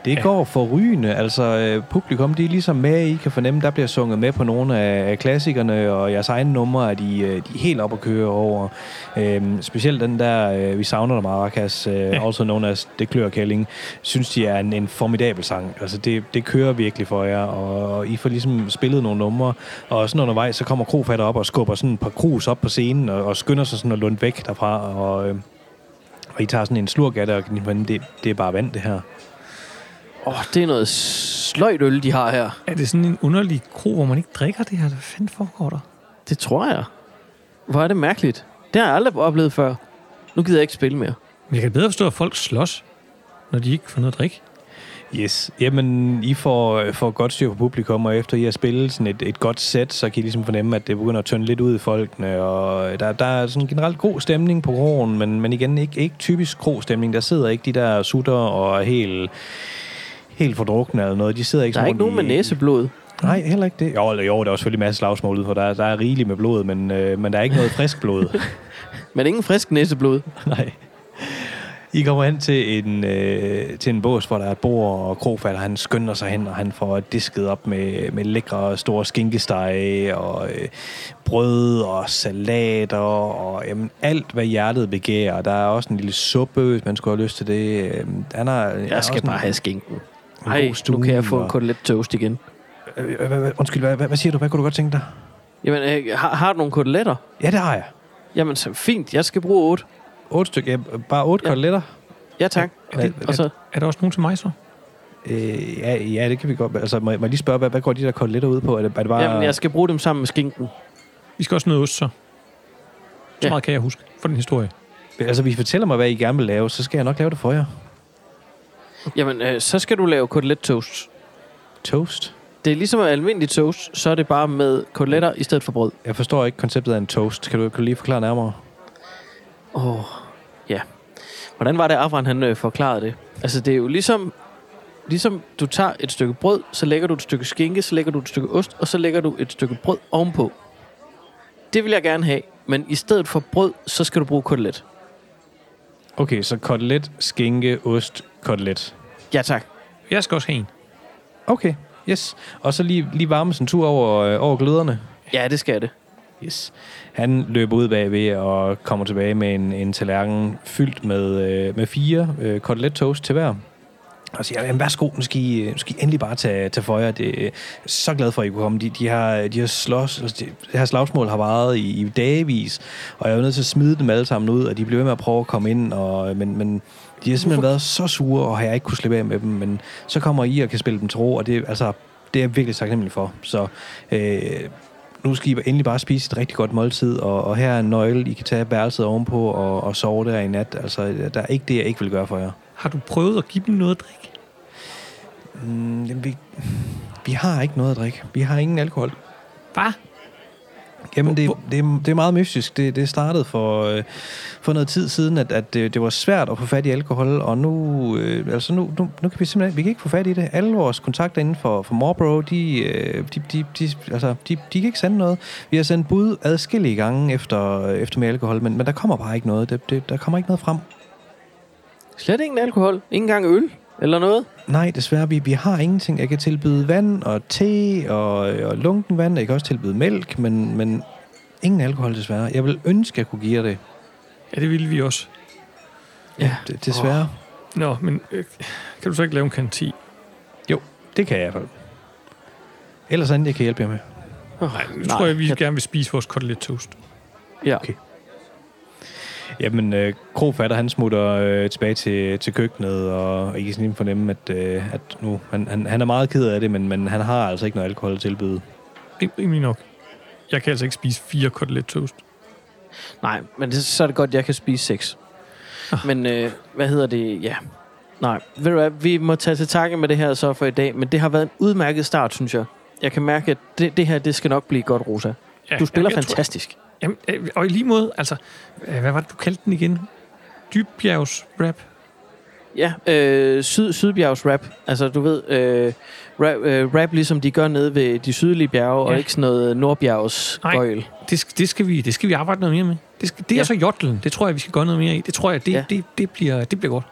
Det Ja. går forrygende. Altså, øh, publikum, de er ligesom med. I kan fornemme, der bliver sunget med på nogle af, af klassikerne, og jeres egne numre er de, øh, de er helt op at køre over. Øhm, specielt den der, øh, Vi savner dig, Maracas, øh, ja. also known as Det klør kælling, synes de er en, en formidabel sang. Altså, det, det kører virkelig for jer, og, og I får ligesom spillet nogle numre, og sådan undervejs, så kommer krofatter op og skubber sådan et par krus op på scenen, og, og skynder sig sådan at lunde væk derfra, og, øh, og I tager sådan en slurk af det, og det, det er bare vand, det her. Åh, oh, det er noget sløjt øl, de har her. Er det sådan en underlig kro, hvor man ikke drikker det her? Hvad fanden foregår der? Det tror jeg. Hvor er det mærkeligt. Det har jeg aldrig oplevet før. Nu gider jeg ikke spille mere. Men jeg kan bedre forstå, at folk slås, når de ikke får noget at drikke. Yes. Jamen, I får, får godt styr på publikum, og efter I har spillet sådan et, et godt sæt, så kan I ligesom fornemme, at det begynder at tynde lidt ud i folkene, og der, der er sådan generelt god stemning på kroen, men, men igen, ikke, ikke typisk krostemning. Der sidder ikke de der sutter og er helt, helt fordrukne eller noget. De sidder ikke der er sådan ikke nogen med næseblod. Nej, heller ikke det. Jo, eller jo, der er også selvfølgelig masser af slagsmål ud, for der, der er rigeligt med blod, men, øh, men der er ikke noget frisk blod. Men ingen frisk næseblod. Nej. I kommer hen til en, øh, til en bås, hvor der er et bord, og krofatter, han skynder sig hen, og han får disket op med, med lækre store skinkestege, og øh, brød, og salater, og jamen, alt, hvad hjertet begærer. Der er også en lille suppe, hvis man skulle have lyst til det. Han har, jeg skal bare en, have skinken. Nej, nu kan jeg få en kotelet toast igen. Øh, undskyld, hvad, hvad siger du? Hvad kunne du godt tænke dig? Jamen, øh, har, har du nogle koteletter? Ja, det har jeg. Jamen, så fint. Jeg skal bruge otte. Otte stykker? Ja, bare otte ja. koteletter? Ja, tak. Er, det, og så, er der også nogen til mig, så? Øh, ja, ja, det kan vi godt. Altså, må jeg, må jeg lige spørge, hvad, hvad går de der koteletter ud på? Er det, er det bare... Jamen, jeg skal bruge dem sammen med skinken. Vi skal også noget ost, så. Så ja. meget kan jeg huske for den historie. Altså, hvis I fortæller mig, hvad I gerne vil lave, så skal jeg nok lave det for jer. Jamen, øh, så skal du lave kotelet toast. Toast? Det er ligesom almindelig toast, så er det bare med koteletter i stedet for brød. Jeg forstår ikke konceptet af en toast. Kan du, kan du lige forklare nærmere? Åh, oh, ja. Hvordan var det, Afran han øh, forklarede det? Altså, det er jo ligesom, ligesom du tager et stykke brød, så lægger du et stykke skinke, så lægger du et stykke ost, og så lægger du et stykke brød ovenpå. Det vil jeg gerne have, men i stedet for brød, så skal du bruge kotelet. Okay, så kotelet, skinke, ost, kotelet. Ja, tak. Jeg skal også have en. Okay, yes. Og så lige, lige varme en tur over, øh, over gløderne. Ja, det skal det. Yes. Han løber ud bagved og kommer tilbage med en, en tallerken fyldt med, øh, med fire øh, kotelet toast til hver. Og siger, jamen værsgo, nu skal I, nu skal I endelig bare tage, tage for jer. Det er så glad for, at I kunne komme. De, de har, de har slås, altså de, det her slagsmål har varet i, i dagevis, og jeg er nødt til at smide dem alle sammen ud, og de bliver ved med at prøve at komme ind, og, men, men de har simpelthen Hvorfor? været så sure, og har jeg ikke kunne slippe af med dem, men så kommer I og kan spille dem til ro, og det, altså, det er jeg virkelig taknemmelig for. Så øh, nu skal I endelig bare spise et rigtig godt måltid, og, og her er en nøgle, I kan tage værelset ovenpå og, og sove der i nat. Altså, der er ikke det, jeg ikke vil gøre for jer. Har du prøvet at give dem noget at drikke? Mm, jamen, vi, vi har ikke noget at drikke. Vi har ingen alkohol. Hvad? Jamen, det, det, det er meget mystisk. Det, det startede for, øh, for noget tid siden, at, at det, det var svært at få fat i alkohol, og nu, øh, altså nu, nu, nu kan vi simpelthen vi kan ikke få fat i det. Alle vores kontakter inden for, for Morbro, de, øh, de, de, de, altså, de, de kan ikke sende noget. Vi har sendt bud adskillige gange efter, efter med alkohol, men, men der kommer bare ikke noget. Det, det, der kommer ikke noget frem. Slet ingen alkohol? Ingen gang øl? Eller noget? Nej, desværre. Vi, vi har ingenting. Jeg kan tilbyde vand og te og, og lunken vand. Jeg kan også tilbyde mælk, men, men ingen alkohol desværre. Jeg vil ønske, at jeg kunne give jer det. Ja, det ville vi også. Ja, det, desværre. Oh. Nå, men øh, kan du så ikke lave en kanti? Jo, det kan jeg i hvert fald. Ellers andet, jeg kan hjælpe jer med. Oh, nej, nu nej, tror jeg, vi jeg... gerne vil spise vores kotelet toast. Ja. Okay. Jamen, øh, krofatter, han smutter øh, tilbage til, til køkkenet, og, og I kan sådan fornemme, at, øh, at nu, han, han, han er meget ked af det, men, men han har altså ikke noget alkohol at tilbyde. Rimelig nok. Jeg kan altså ikke spise fire kotelet toast. Nej, men det, så er det godt, at jeg kan spise seks. Ah. Men øh, hvad hedder det? Ja. Nej, ved du hvad, vi må tage til takke med det her så for i dag, men det har været en udmærket start, synes jeg. Jeg kan mærke, at det, det her, det skal nok blive godt, Rosa. Ja, du spiller jamen, fantastisk. Tror, jamen, og i lige måde, altså, hvad var det, du kaldte den igen? Dybbjergs rap? Ja, øh, syd, Sydbjergs rap. Altså, du ved, øh, rap, øh, rap ligesom de gør nede ved de sydlige bjerge, ja. Og ikke sådan noget Nordbjergs gøjl. Nej, det, det, skal vi, det skal vi arbejde noget mere med. Det, skal, det er ja. så jodlen. Det tror jeg, vi skal gøre noget mere i. Det tror jeg, det, ja. det, det, bliver, det bliver godt.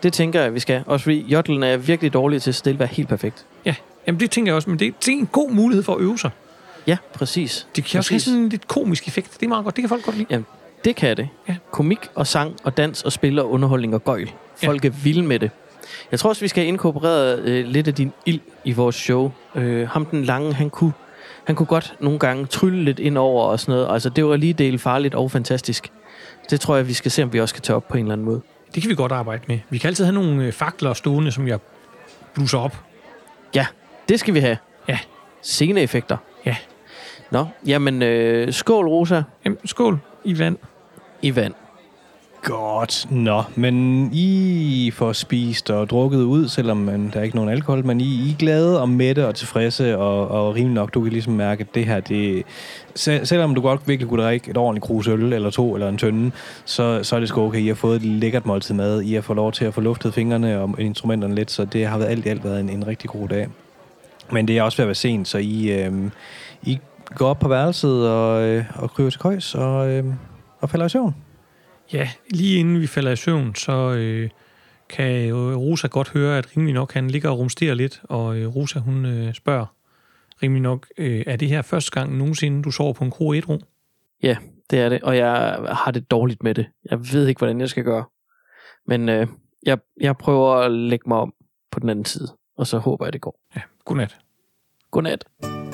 Det tænker jeg, vi skal. Også fordi jodlen er virkelig dårlig til at stille være helt perfekt. Ja, jamen det tænker jeg også, men det, det er en god mulighed for at øve sig. Ja, præcis. Det kan også have sådan en lidt komisk effekt. Det er meget godt. Det kan folk godt lide. Jamen, det kan det. Ja. Komik og sang og dans og spil og underholdning og gøjl. Folk ja. er vilde med det. Jeg tror også, vi skal inkorporere øh, lidt af din ild i vores show. Øh, ham den lange, han kunne, han kunne godt nogle gange trylle lidt ind over og sådan noget. Altså, det var lige del farligt og fantastisk. Det tror jeg, vi skal se, om vi også kan tage op på en eller anden måde. Det kan vi godt arbejde med. Vi kan altid have nogle øh, fakler stående, som jeg bluser op. Ja, det skal vi have. Ja. Sceneeffekter. Ja. Nå, jamen, øh, skål, Rosa. Jamen, skål i vand. I vand. Godt. Nå, men I får spist og drukket ud, selvom man, der er ikke nogen alkohol, men I, I er glade og mætte og tilfredse, og, og rimelig nok, du kan ligesom mærke, at det her, det, sel, selvom du godt virkelig kunne drikke et ordentligt krus øl, eller to, eller en tønde, så, så er det sgu okay. I har fået et lækkert måltid mad. I har fået lov til at få luftet fingrene og instrumenterne lidt, så det har været alt i alt været en, en rigtig god dag. Men det er også ved at være sent, så I, øh, I går op på værelset og, øh, og kryber til køjs og, øh, og falder i søvn. Ja, lige inden vi falder i søvn, så øh, kan Rosa godt høre, at rimelig nok han ligger og rumsterer lidt, og øh, Rosa hun øh, spørger rimelig nok, øh, er det her første gang nogensinde, du sover på en kro ædru? Ja, det er det, og jeg har det dårligt med det. Jeg ved ikke, hvordan jeg skal gøre. Men øh, jeg, jeg prøver at lægge mig om på den anden side, og så håber jeg, det går. Ja, godnat. Godnat.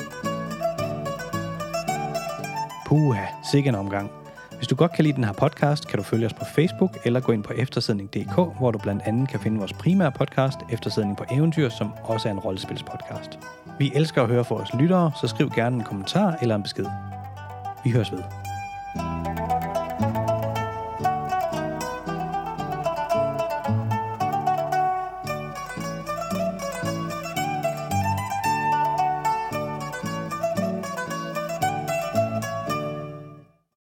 Puha, sikke en omgang. Hvis du godt kan lide den her podcast, kan du følge os på Facebook eller gå ind på eftersidning punktum d k, hvor du blandt andet kan finde vores primære podcast, Eftersidning på Eventyr, som også er en rollespilspodcast. Vi elsker at høre fra vores lyttere, så skriv gerne en kommentar eller en besked. Vi høres ved.